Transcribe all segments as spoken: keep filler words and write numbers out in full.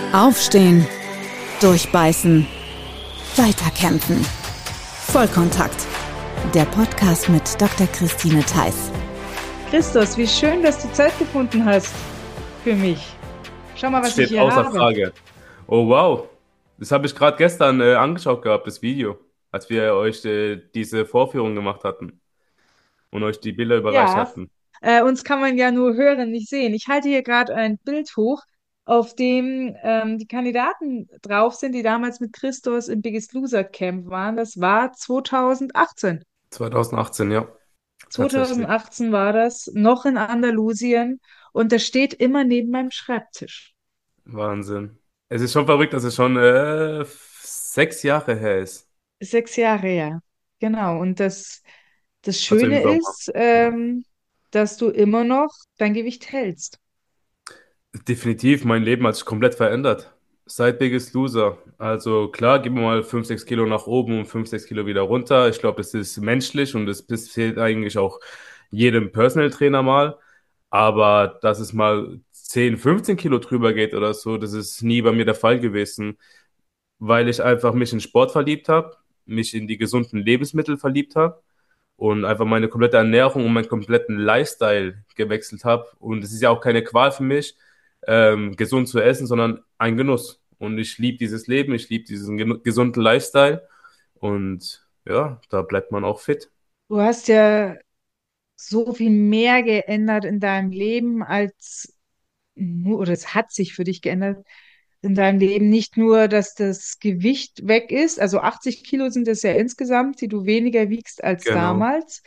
Aufstehen, durchbeißen, weiterkämpfen. Vollkontakt. Der Podcast mit Doktor Christine Theiss. Christus, wie schön, dass du Zeit gefunden hast für mich. Schau mal, was Steht ich hier außer habe. Frage. Oh wow, das habe ich gerade gestern äh, angeschaut gehabt, das Video, als wir euch äh, diese Vorführung gemacht hatten und euch die Bilder überreicht Ja, hatten. äh, uns kann man ja nur hören, nicht sehen. Ich halte hier gerade ein Bild hoch, auf dem ähm, die Kandidaten drauf sind, die damals mit Christus im Biggest Loser Camp waren. Das war zwanzig achtzehn. zwanzig achtzehn, ja, tatsächlich. zwanzig achtzehn war das, noch in Andalusien. Und das steht immer neben meinem Schreibtisch. Wahnsinn. Es ist schon verrückt, dass es schon äh, f- sechs Jahre her ist. Sechs Jahre her. Genau. Und das, das Also im Schöne Sommer. ist, Ja. ähm, dass du immer noch dein Gewicht hältst. Definitiv, mein Leben hat sich komplett verändert. Seit Biggest Loser. Also klar, gib mir mal fünf sechs Kilo nach oben und fünf sechs Kilo wieder runter. Ich glaube, das ist menschlich und das passiert eigentlich auch jedem Personal Trainer mal. Aber dass es mal zehn fünfzehn Kilo drüber geht oder so, das ist nie bei mir der Fall gewesen, weil ich einfach mich in Sport verliebt habe, mich in die gesunden Lebensmittel verliebt habe und einfach meine komplette Ernährung und meinen kompletten Lifestyle gewechselt habe. Und es ist ja auch keine Qual für mich, ähm, gesund zu essen, sondern ein Genuss. Und ich liebe dieses Leben, ich liebe diesen genu- gesunden Lifestyle. Und ja, da bleibt man auch fit. Du hast ja so viel mehr geändert in deinem Leben als nur, oder es hat sich für dich geändert in deinem Leben. Nicht nur, dass das Gewicht weg ist, also achtzig Kilo sind es ja insgesamt, die du weniger wiegst als Genau. damals.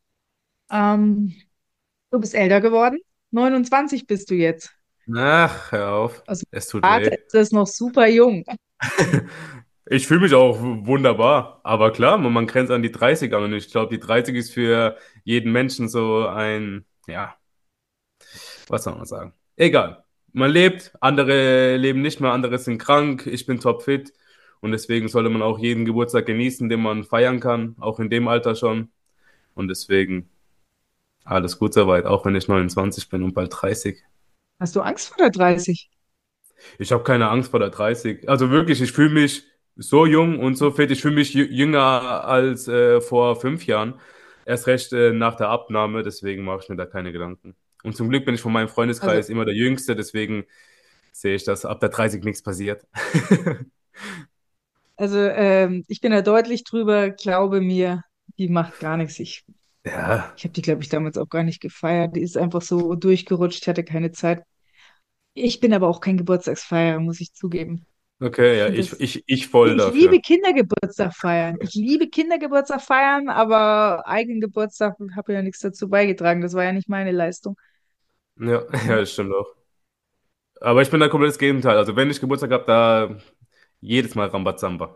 Ähm, Du bist älter geworden. neunundzwanzig bist du jetzt. Ach, hör auf. Also Es tut Rate weh. ist das noch super jung. Ich fühle mich auch w- wunderbar. Aber klar, man, man grenzt an die dreißig an. Und ich glaube, die dreißig ist für jeden Menschen so ein, ja, was soll man sagen? Egal. Man lebt, andere leben nicht mehr, andere sind krank, ich bin topfit. Und deswegen sollte man auch jeden Geburtstag genießen, den man feiern kann, auch in dem Alter schon. Und deswegen alles gut soweit, auch wenn ich neunundzwanzig bin und bald dreißig. Hast du Angst vor der dreißig? Ich habe keine Angst vor der dreißig. Also wirklich, ich fühle mich so jung und so fit. Ich fühle mich jü- jünger als äh, vor fünf Jahren. Erst recht äh, nach der Abnahme, deswegen mache ich mir da keine Gedanken. Und zum Glück bin ich von meinem Also, Freundeskreis immer der Jüngste, deswegen sehe ich, dass ab der dreißig nichts passiert. also ähm, ich bin da deutlich drüber, glaube mir, die macht gar nichts. Ich, Ja, ich habe die, glaube ich, damals auch gar nicht gefeiert. Die ist einfach so durchgerutscht, ich hatte keine Zeit. Ich bin aber auch kein Geburtstagsfeierer, muss ich zugeben. Ich okay, ja, finde ich, das, ich, ich voll ich liebe dafür. Kindergeburtstag feiern. Ich liebe Kindergeburtstag feiern, aber eigenen Geburtstag habe ja nichts dazu beigetragen. Das war ja nicht meine Leistung. Ja, ja, Ja. das stimmt auch. Aber ich bin da komplett das Gegenteil. Also wenn ich Geburtstag habe, da jedes Mal Rambazamba.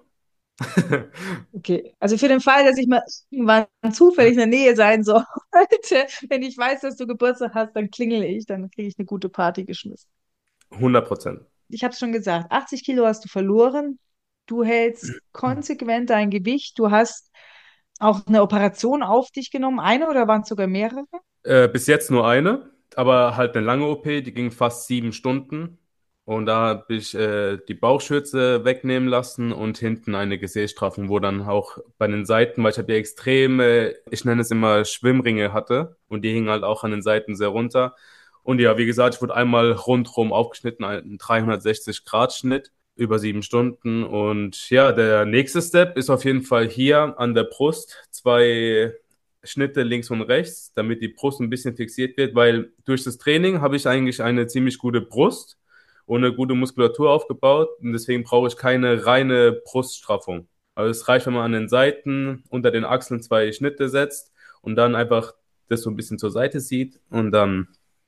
Okay, also für den Fall, dass ich mal irgendwann zufällig in der Nähe sein sollte, wenn ich weiß, dass du Geburtstag hast, dann klingele ich, dann kriege ich eine gute Party geschmissen. hundert Prozent. Ich habe es schon gesagt, achtzig Kilo hast du verloren. Du hältst konsequent dein Gewicht. Du hast auch eine Operation auf dich genommen, eine oder waren es sogar mehrere? Äh, bis jetzt nur eine, aber halt eine lange O P, die ging fast sieben Stunden. Und da habe ich äh, die Bauchschürze wegnehmen lassen und hinten eine Gesäßstraffung, wo dann auch bei den Seiten, weil ich habe ja extreme, ich nenne es immer Schwimmringe hatte und die hingen halt auch an den Seiten sehr runter. Und ja, wie gesagt, ich wurde einmal rundherum aufgeschnitten, ein dreihundertsechzig-Grad-Schnitt über sieben Stunden. Und ja, der nächste Step ist auf jeden Fall hier an der Brust zwei Schnitte links und rechts, damit die Brust ein bisschen fixiert wird, weil durch das Training habe ich eigentlich eine ziemlich gute Brust und eine gute Muskulatur aufgebaut und deswegen brauche ich keine reine Bruststraffung. Also es reicht, wenn man an den Seiten unter den Achseln zwei Schnitte setzt und dann einfach das so ein bisschen zur Seite sieht und dann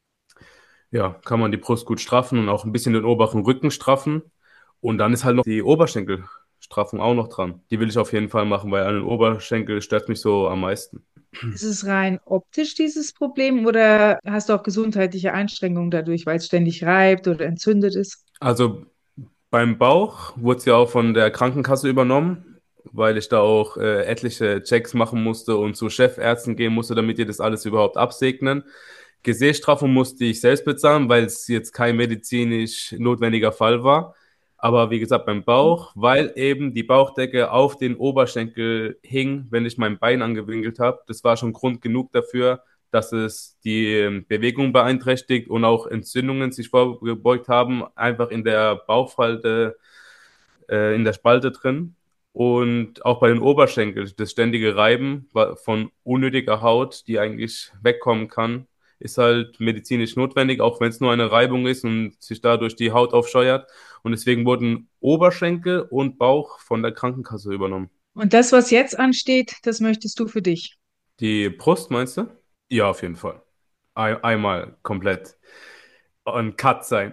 ja, kann man die Brust gut straffen und auch ein bisschen den oberen Rücken straffen. Und dann ist halt noch die Oberschenkelstraffung auch noch dran. Die will ich auf jeden Fall machen, weil an den Oberschenkel stört mich so am meisten. Ist es rein optisch dieses Problem oder hast du auch gesundheitliche Einschränkungen dadurch, weil es ständig reibt oder entzündet ist? Also beim Bauch wurde es ja auch von der Krankenkasse übernommen, weil ich da auch äh, etliche Checks machen musste und zu Chefärzten gehen musste, damit die das alles überhaupt absegnen. Gesäßstraffung musste ich selbst bezahlen, weil es jetzt kein medizinisch notwendiger Fall war. Aber wie gesagt, beim Bauch, weil eben die Bauchdecke auf den Oberschenkel hing, wenn ich mein Bein angewinkelt habe, das war schon Grund genug dafür, dass es die ähm, Bewegung beeinträchtigt und auch Entzündungen sich vorgebeugt haben, einfach in der Bauchfalte, äh, in der Spalte drin. Und auch bei den Oberschenkeln, das ständige Reiben wa- von unnötiger Haut, die eigentlich wegkommen kann, ist halt medizinisch notwendig, auch wenn es nur eine Reibung ist und sich dadurch die Haut aufscheuert. Und deswegen wurden Oberschenkel und Bauch von der Krankenkasse übernommen. Und das, was jetzt ansteht, das möchtest du für dich. Die Brust, meinst du? Ja, auf jeden Fall. Ein, einmal komplett und Cut sein.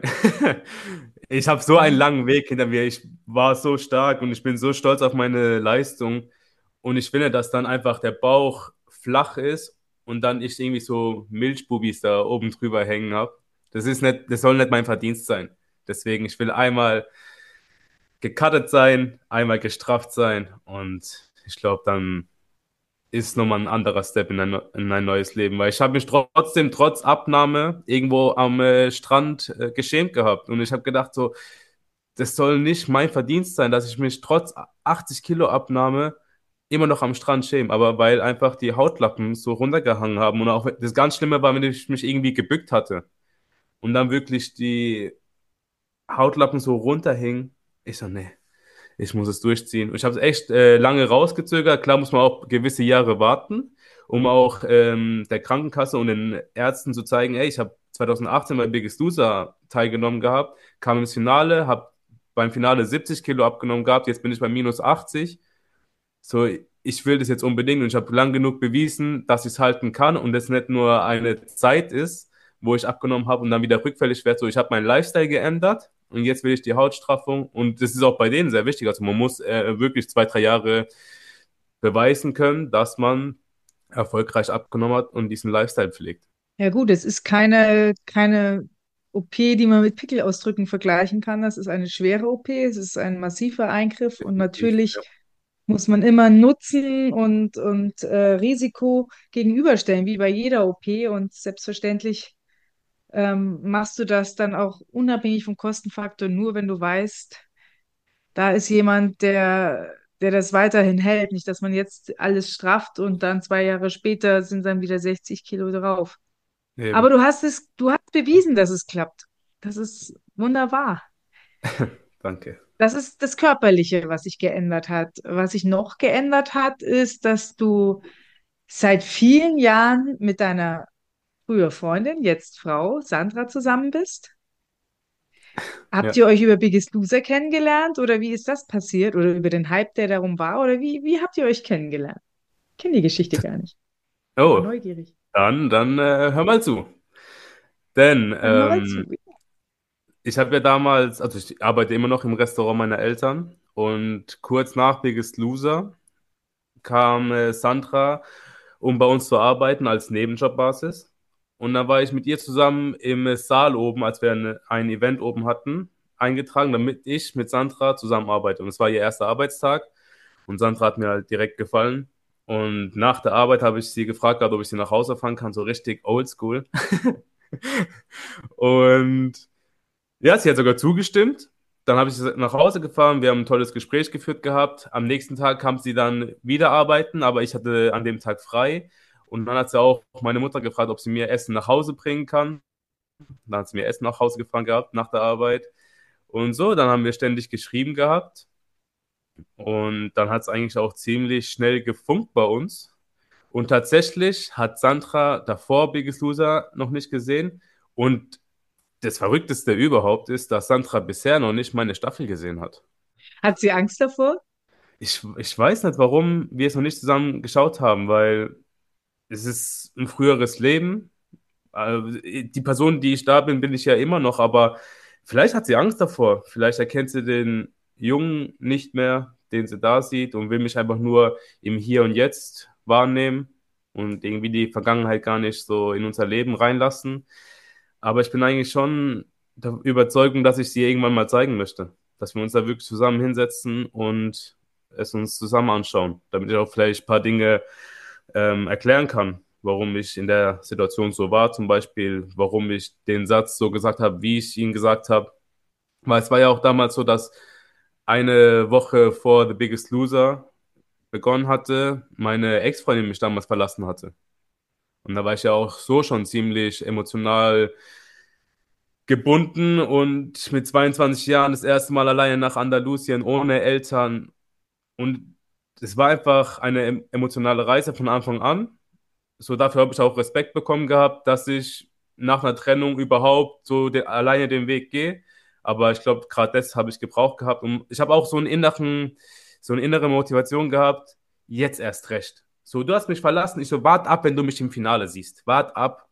Ich habe so einen Mhm. langen Weg hinter mir. Ich war so stark und ich bin so stolz auf meine Leistung. Und ich finde, dass dann einfach der Bauch flach ist und dann ich irgendwie so Milchbubis da oben drüber hängen habe. Das ist nicht, das soll nicht mein Verdienst sein. Deswegen, ich will einmal gecuttet sein, einmal gestrafft sein und ich glaube, dann ist nochmal ein anderer Step in ein, in ein neues Leben, weil ich habe mich trotzdem trotz Abnahme irgendwo am äh, Strand äh, geschämt gehabt und ich habe gedacht so, das soll nicht mein Verdienst sein, dass ich mich trotz achtzig Kilo Abnahme immer noch am Strand schäme, aber weil einfach die Hautlappen so runtergehangen haben und auch das ganz Schlimme war, wenn ich mich irgendwie gebückt hatte und dann wirklich die Hautlappen so runterhingen, ich so, nee, ich muss es durchziehen. Und ich habe es echt äh, lange rausgezögert. Klar muss man auch gewisse Jahre warten, um auch ähm, der Krankenkasse und den Ärzten zu zeigen, ey, ich habe zwanzig achtzehn bei Biggest Loser teilgenommen gehabt, kam ins Finale, habe beim Finale siebzig Kilo abgenommen gehabt, jetzt bin ich bei minus achtzig. So, ich will das jetzt unbedingt und ich habe lang genug bewiesen, dass ich es halten kann und es nicht nur eine Zeit ist, wo ich abgenommen habe und dann wieder rückfällig werde. So, ich habe meinen Lifestyle geändert und jetzt will ich die Hautstraffung und das ist auch bei denen sehr wichtig. Also man muss äh, wirklich zwei, drei Jahre beweisen können, dass man erfolgreich abgenommen hat und diesen Lifestyle pflegt. Ja gut, es ist keine, keine O P, die man mit Pickelausdrücken vergleichen kann. Das ist eine schwere O P, es ist ein massiver Eingriff und Definitiv. natürlich Ja. muss man immer Nutzen und, und äh, Risiko gegenüberstellen, wie bei jeder O P. Und selbstverständlich ähm, machst du das dann auch unabhängig vom Kostenfaktor, nur wenn du weißt, da ist jemand, der, der das weiterhin hält. Nicht, dass man jetzt alles strafft und dann zwei Jahre später sind dann wieder sechzig Kilo drauf. Aber Eben. du hast es, du hast bewiesen, dass es klappt. Das ist wunderbar. Danke. Das ist das Körperliche, was sich geändert hat. Was sich noch geändert hat, ist, dass du seit vielen Jahren mit deiner früher Freundin, jetzt Frau, Sandra zusammen bist. Habt Ja. ihr euch über Biggest Loser kennengelernt oder wie ist das passiert? Oder über den Hype, der darum war? Oder wie, wie habt ihr euch kennengelernt? Ich kenne die Geschichte gar nicht. War Oh, neugierig. dann, dann äh, hör mal zu. Denn Hör mal zu. ähm, ich habe ja damals, also ich arbeite immer noch im Restaurant meiner Eltern und kurz nach Biggest Loser kam äh, Sandra, um bei uns zu arbeiten als Nebenjobbasis. Und dann war ich mit ihr zusammen im äh, Saal oben, als wir ein, ein Event oben hatten, eingetragen, damit ich mit Sandra zusammenarbeite. Und es war ihr erster Arbeitstag und Sandra hat mir halt direkt gefallen. Und nach der Arbeit habe ich sie gefragt, gehabt, ob ich sie nach Hause fahren kann, so richtig oldschool. Und ja, sie hat sogar zugestimmt. Dann habe ich sie nach Hause gefahren, wir haben ein tolles Gespräch geführt gehabt. Am nächsten Tag kam sie dann wieder arbeiten, aber ich hatte an dem Tag frei. Und dann hat sie auch meine Mutter gefragt, ob sie mir Essen nach Hause bringen kann. Dann hat sie mir Essen nach Hause gefahren gehabt nach der Arbeit. Und so, dann haben wir ständig geschrieben gehabt. Und dann hat es eigentlich auch ziemlich schnell gefunkt bei uns. Und tatsächlich hat Sandra davor Biggest Loser noch nicht gesehen. Und das Verrückteste überhaupt ist, dass Sandra bisher noch nicht meine Staffel gesehen hat. Hat sie Angst davor? Ich, ich weiß nicht, warum wir es noch nicht zusammen geschaut haben, weil es ist ein früheres Leben. Also, die Person, die ich da bin, bin ich ja immer noch, aber vielleicht hat sie Angst davor. Vielleicht erkennt sie den Jungen nicht mehr, den sie da sieht und will mich einfach nur im Hier und Jetzt wahrnehmen und irgendwie die Vergangenheit gar nicht so in unser Leben reinlassen. Aber ich bin eigentlich schon der Überzeugung, dass ich sie irgendwann mal zeigen möchte. Dass wir uns da wirklich zusammen hinsetzen und es uns zusammen anschauen, damit ich auch vielleicht ein paar Dinge ähm, erklären kann, warum ich in der Situation so war, zum Beispiel, warum ich den Satz so gesagt habe, wie ich ihn gesagt habe. Weil es war ja auch damals so, dass eine Woche vor The Biggest Loser begonnen hatte, meine Ex-Freundin mich damals verlassen hatte. Und da war ich ja auch so schon ziemlich emotional gebunden und mit zweiundzwanzig Jahren das erste Mal alleine nach Andalusien ohne Eltern. Und es war einfach eine em- emotionale Reise von Anfang an. So dafür habe ich auch Respekt bekommen gehabt, dass ich nach einer Trennung überhaupt so de alleine den Weg gehe. Aber ich glaube, gerade das habe ich gebraucht gehabt. Und ich habe auch so einen inneren, so eine innere Motivation gehabt, jetzt erst recht. So, du hast mich verlassen. Ich so, wart ab, wenn du mich im Finale siehst. Wart ab.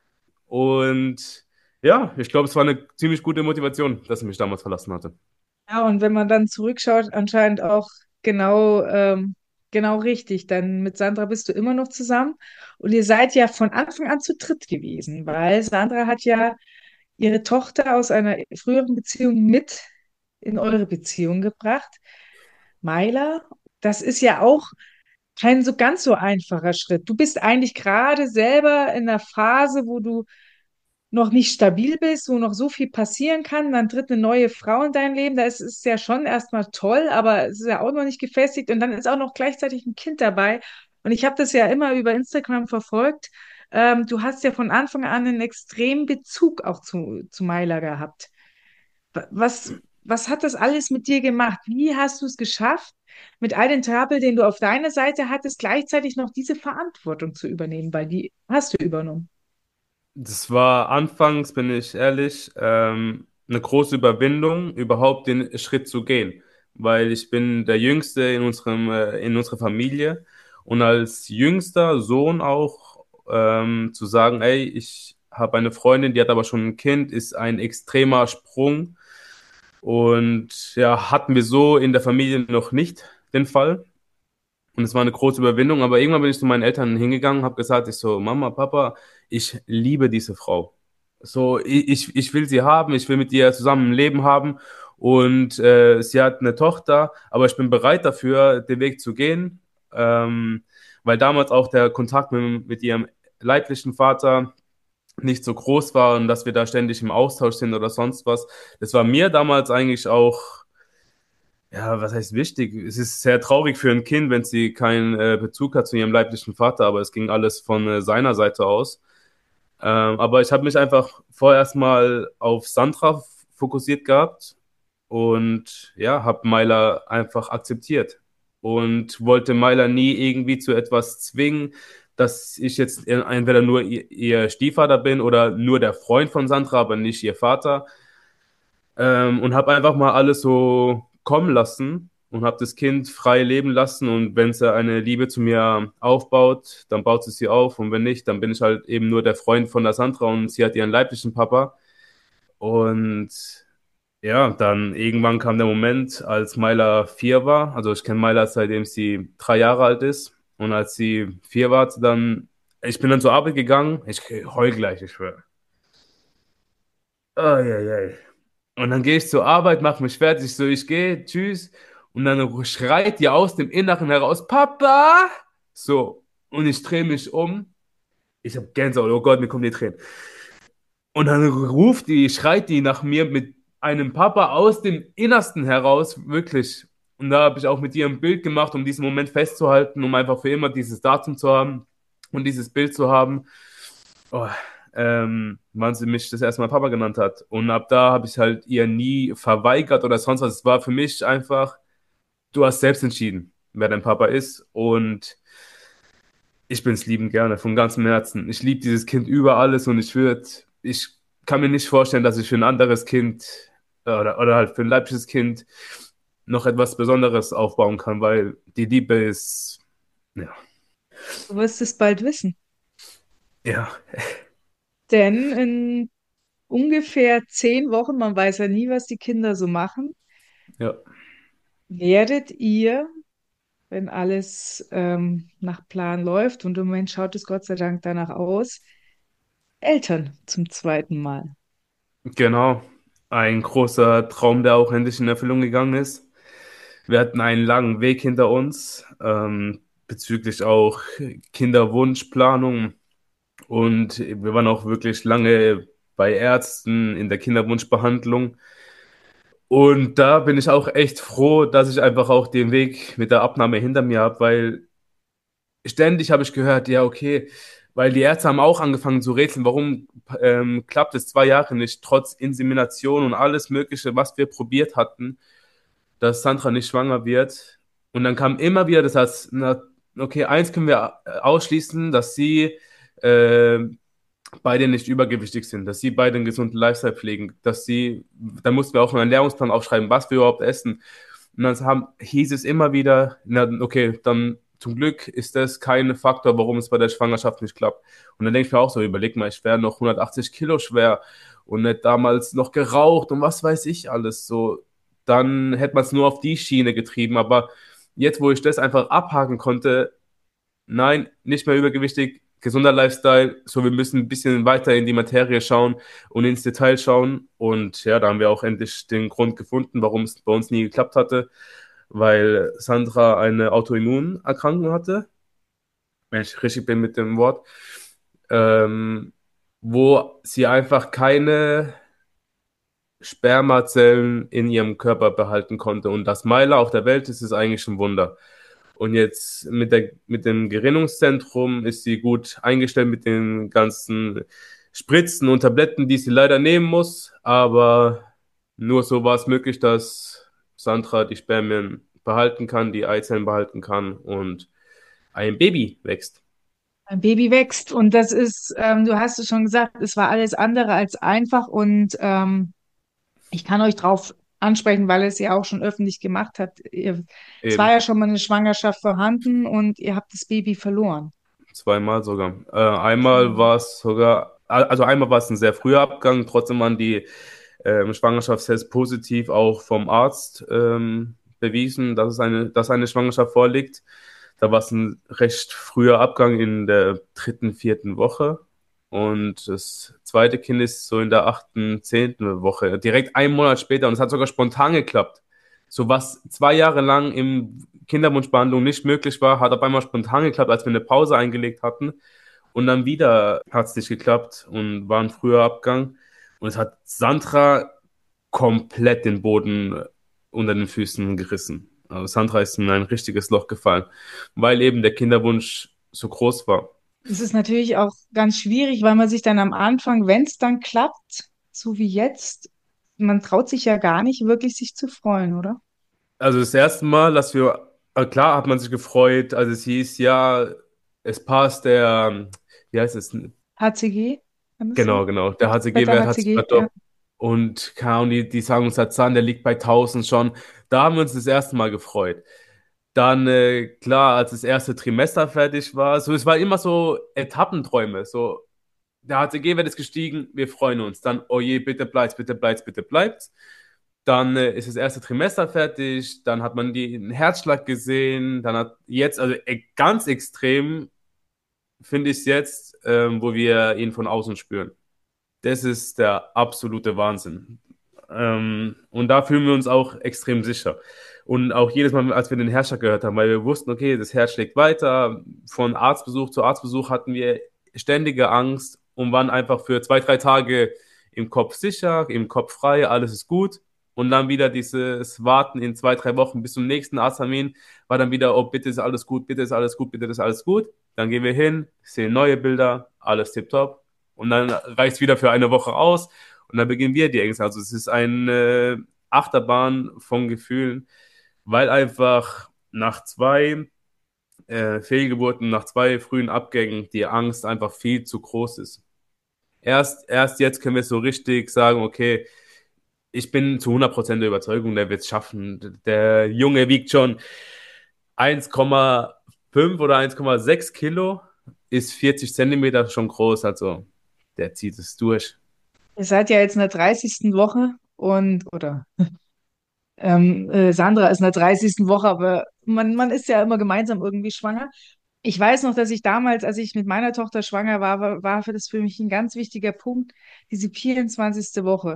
Und ja, ich glaube, es war eine ziemlich gute Motivation, dass sie mich damals verlassen hatte. Ja, und wenn man dann zurückschaut, anscheinend auch genau, ähm, genau richtig. Dann mit Sandra bist du immer noch zusammen und ihr seid ja von Anfang an zu dritt gewesen, weil Sandra hat ja ihre Tochter aus einer früheren Beziehung mit in eure Beziehung gebracht. Myla, das ist ja auch kein so ganz so einfacher Schritt. Du bist eigentlich gerade selber in einer Phase, wo du noch nicht stabil bist, wo noch so viel passieren kann, dann tritt eine neue Frau in dein Leben, da ist es ja schon erstmal toll, aber es ist ja auch noch nicht gefestigt und dann ist auch noch gleichzeitig ein Kind dabei. Und ich habe das ja immer über Instagram verfolgt. Ähm, du hast ja von Anfang an einen extremen Bezug auch zu, zu Myla gehabt. Wa- Was, was hat das alles mit dir gemacht? Wie hast du es geschafft, mit all den Trabel, den du auf deiner Seite hattest, gleichzeitig noch diese Verantwortung zu übernehmen? Weil die hast du übernommen. Das war anfangs, bin ich ehrlich, ähm, eine große Überwindung, überhaupt den Schritt zu gehen, weil ich bin der Jüngste in unserem, äh, in unserer Familie und als jüngster Sohn auch ähm, zu sagen, ey, ich habe eine Freundin, die hat aber schon ein Kind, ist ein extremer Sprung und ja, hatten wir so in der Familie noch nicht den Fall. Und es war eine große Überwindung, aber irgendwann bin ich zu meinen Eltern hingegangen, habe gesagt, ich so, Mama, Papa, ich liebe diese Frau. So, ich, ich ich will sie haben, ich will mit ihr zusammen ein Leben haben und äh, sie hat eine Tochter, aber ich bin bereit dafür, den Weg zu gehen, ähm, weil damals auch der Kontakt mit, mit ihrem leiblichen Vater nicht so groß war und dass wir da ständig im Austausch sind oder sonst was. Das war mir damals eigentlich auch ja, was heißt wichtig? Es ist sehr traurig für ein Kind, wenn sie keinen äh, Bezug hat zu ihrem leiblichen Vater, aber es ging alles von äh, seiner Seite aus. Ähm, aber ich habe mich einfach vorerst mal auf Sandra f- fokussiert gehabt und ja, habe Myla einfach akzeptiert und wollte Myla nie irgendwie zu etwas zwingen, dass ich jetzt entweder nur ihr, ihr Stiefvater bin oder nur der Freund von Sandra, aber nicht ihr Vater. Ähm, und habe einfach mal alles so kommen lassen und habe das Kind frei leben lassen. Und wenn sie eine Liebe zu mir aufbaut, dann baut sie sie auf. Und wenn nicht, dann bin ich halt eben nur der Freund von der Sandra und sie hat ihren leiblichen Papa. Und ja, dann irgendwann kam der Moment, als Myla vier war. Also ich kenne Myla seitdem sie drei Jahre alt ist. Und als sie vier war, dann, ich bin dann zur Arbeit gegangen. Ich heul gleich, ich schwöre. Eieiei. Und dann gehe ich zur Arbeit, mache mich fertig, so ich gehe, tschüss. Und dann schreit die aus dem Inneren heraus, Papa! So, und ich drehe mich um. Ich habe Gänsehaut, oh Gott, mir kommen die Tränen. Und dann ruft die, schreit die nach mir mit einem Papa aus dem Innersten heraus, wirklich. Und da habe ich auch mit ihr ein Bild gemacht, um diesen Moment festzuhalten, um einfach für immer dieses Datum zu haben und dieses Bild zu haben. Oh, ähm, wann sie mich das erste Mal Papa genannt hat. Und ab da habe ich halt ihr nie verweigert oder sonst was. Es war für mich einfach, du hast selbst entschieden, wer dein Papa ist. Und ich bin es liebend gerne, von ganzem Herzen. Ich liebe dieses Kind über alles und ich würde, ich kann mir nicht vorstellen, dass ich für ein anderes Kind äh, oder, oder halt für ein leibliches Kind noch etwas Besonderes aufbauen kann, weil die Liebe ist, ja, Du wirst es bald wissen. ja, Denn in ungefähr zehn Wochen, man weiß ja nie, was die Kinder so machen, ja, werdet ihr, wenn alles ähm, nach Plan läuft, und im Moment schaut es Gott sei Dank danach aus, Eltern zum zweiten Mal. genau. Ein großer Traum, der auch endlich in Erfüllung gegangen ist. Wir hatten einen langen Weg hinter uns, ähm, bezüglich auch Kinderwunschplanung. Und wir waren auch wirklich lange bei Ärzten in der Kinderwunschbehandlung. Und da bin ich auch echt froh, dass ich einfach auch den Weg mit der Abnahme hinter mir habe, weil ständig habe ich gehört, ja, okay, weil die Ärzte haben auch angefangen zu rätseln, warum ähm, klappt es zwei Jahre nicht, trotz Insemination und alles Mögliche, was wir probiert hatten, dass Sandra nicht schwanger wird. Und dann kam immer wieder das heißt, na, okay, eins können wir äh, ausschließen, dass sie äh, beide nicht übergewichtig sind, dass sie beide einen gesunden Lifestyle pflegen, dass sie, da mussten wir auch einen Ernährungsplan aufschreiben, was wir überhaupt essen. Und dann haben, hieß es immer wieder, na, okay, dann zum Glück ist das kein Faktor, warum es bei der Schwangerschaft nicht klappt. Und dann denke ich mir auch so, überleg mal, ich wäre noch hundertachtzig Kilo schwer und nicht damals noch geraucht und was weiß ich alles so. Dann hätte man es nur auf die Schiene getrieben. Aber jetzt, wo ich das einfach abhaken konnte, nein, nicht mehr übergewichtig, gesunder Lifestyle. So, wir müssen ein bisschen weiter in die Materie schauen und ins Detail schauen. Und ja, da haben wir auch endlich den Grund gefunden, warum es bei uns nie geklappt hatte, weil Sandra eine Autoimmunerkrankung hatte, wenn ich richtig bin mit dem Wort, ähm, wo sie einfach keine Spermazellen in ihrem Körper behalten konnte. Und dass Meiler auf der Welt ist, ist eigentlich ein Wunder. Und jetzt mit der, mit dem Gerinnungszentrum ist sie gut eingestellt mit den ganzen Spritzen und Tabletten, die sie leider nehmen muss. Aber nur so war es möglich, dass Sandra die Spermien behalten kann, die Eizellen behalten kann und ein Baby wächst. Ein Baby wächst und das ist, ähm, du hast es schon gesagt, es war alles andere als einfach und ähm, ich kann euch drauf ansprechen, weil es ja auch schon öffentlich gemacht hat. Ihr, es war Eben. ja schon mal eine Schwangerschaft vorhanden und ihr habt das Baby verloren. Zweimal sogar. Äh, einmal Zweimal. war es sogar, also einmal war es ein sehr früher Abgang, trotzdem waren die ähm, Schwangerschaftstests positiv auch vom Arzt ähm, bewiesen, dass es eine, dass eine Schwangerschaft vorliegt. Da war es ein recht früher Abgang in der dritten, vierten Woche. Und das zweite Kind ist so in der achten, zehnten Woche, direkt einen Monat später. Und es hat sogar spontan geklappt. So was zwei Jahre lang im Kinderwunschbehandlung nicht möglich war, hat auf einmal spontan geklappt, als wir eine Pause eingelegt hatten. Und dann wieder hat es nicht geklappt und war ein früher Abgang. Und es hat Sandra komplett den Boden unter den Füßen gerissen. Also Sandra ist in ein richtiges Loch gefallen, weil eben der Kinderwunsch so groß war. Es ist natürlich auch ganz schwierig, weil man sich dann am Anfang, wenn es dann klappt, so wie jetzt, man traut sich ja gar nicht wirklich, sich zu freuen, oder? Also das erste Mal, dass wir, äh, klar hat man sich gefreut, also es hieß, ja, es passt, der, wie heißt es, H C G, kann das sein? genau, genau. Der H C G-Wert hat sich Beta-H C G, ja. verdoppelt. Und keine Ahnung, die, die sagen uns, der Zahn, der liegt bei tausend schon. Da haben wir uns das erste Mal gefreut. Dann, äh, klar, als das erste Trimester fertig war, so, es war immer so Etappenträume. So, der H C G-Wert ist gestiegen, wir freuen uns. Dann, oh je, bitte bleibt's, bitte bleibt's, bitte bleibt's. Dann äh, ist das erste Trimester fertig, dann hat man die, den Herzschlag gesehen, dann hat jetzt, also äh, ganz extrem finde ich es jetzt, ähm, wo wir ihn von außen spüren. Das ist der absolute Wahnsinn. Ähm, und da fühlen wir uns auch extrem sicher. Und auch jedes Mal, als wir den Herzschlag gehört haben, weil wir wussten, okay, das Herz schlägt weiter. Von Arztbesuch zu Arztbesuch hatten wir ständige Angst und waren einfach für zwei, drei Tage im Kopf sicher, im Kopf frei, alles ist gut. Und dann wieder dieses Warten in zwei, drei Wochen bis zum nächsten Arzttermin war dann wieder, oh, bitte ist alles gut, bitte ist alles gut, bitte ist alles gut. Dann gehen wir hin, sehen neue Bilder, alles tipptopp. Und dann reicht es wieder für eine Woche aus und dann beginnen wir die Ängste. Also es ist eine Achterbahn von Gefühlen, weil einfach nach zwei äh, Fehlgeburten, nach zwei frühen Abgängen die Angst einfach viel zu groß ist. Erst, erst jetzt können wir so richtig sagen, okay, ich bin zu hundert Prozent der Überzeugung, der wird es schaffen. Der Junge wiegt schon eins Komma fünf oder eins Komma sechs Kilo, ist vierzig Zentimeter schon groß, also der zieht es durch. Ihr seid ja jetzt in der dreißigsten Woche und, oder ähm, äh, Sandra ist in der dreißigsten Woche, aber man, man ist ja immer gemeinsam irgendwie schwanger. Ich weiß noch, dass ich damals, als ich mit meiner Tochter schwanger war, war, war für das für mich ein ganz wichtiger Punkt, diese vierundzwanzigste Woche.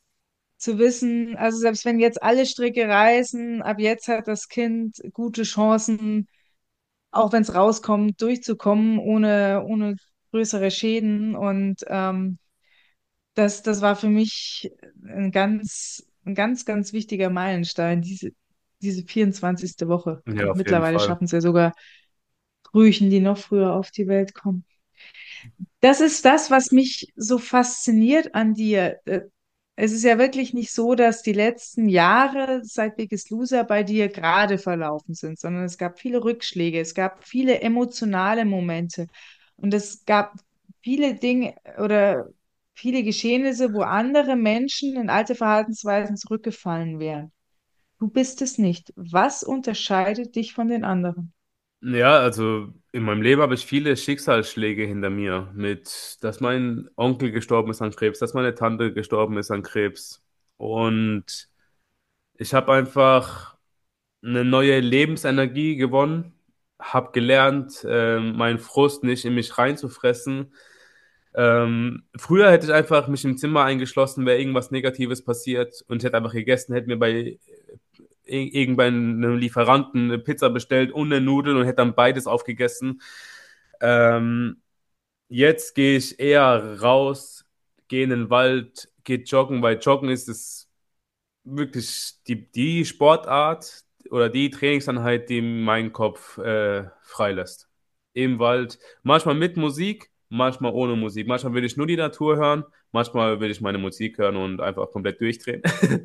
Zu wissen, also selbst wenn jetzt alle Stricke reißen, ab jetzt hat das Kind gute Chancen, auch wenn es rauskommt, durchzukommen, ohne, ohne größere Schäden. Und ähm, das, das war für mich ein ganz ein ganz, ganz wichtiger Meilenstein, diese, diese vierundzwanzigste Woche. Ja, Und auf jeden mittlerweile Fall. schaffen es ja sogar Frühchen, die noch früher auf die Welt kommen. Das ist das, was mich so fasziniert an dir. Äh, Es ist ja wirklich nicht so, dass die letzten Jahre seit Biggest Loser bei dir gerade verlaufen sind, sondern es gab viele Rückschläge, es gab viele emotionale Momente und es gab viele Dinge oder viele Geschehnisse, wo andere Menschen in alte Verhaltensweisen zurückgefallen wären. Du bist es nicht. Was unterscheidet dich von den anderen? Ja, also in meinem Leben habe ich viele Schicksalsschläge hinter mir, mit, dass mein Onkel gestorben ist an Krebs, dass meine Tante gestorben ist an Krebs. Und ich habe einfach eine neue Lebensenergie gewonnen, habe gelernt, ähm, meinen Frust nicht in mich reinzufressen. Ähm, früher hätte ich einfach mich im Zimmer eingeschlossen, wäre irgendwas Negatives passiert und ich hätte einfach gegessen, hätte mir bei ir- irgendeinem Lieferanten eine Pizza bestellt und eine Nudel und hätte dann beides aufgegessen. Ähm, Jetzt gehe ich eher raus, gehe in den Wald, gehe joggen, weil Joggen ist es wirklich die, die Sportart oder die Trainingseinheit, die meinen Kopf äh, freilässt. Im Wald, manchmal mit Musik, manchmal ohne Musik. Manchmal will ich nur die Natur hören, manchmal will ich meine Musik hören und einfach komplett durchdrehen.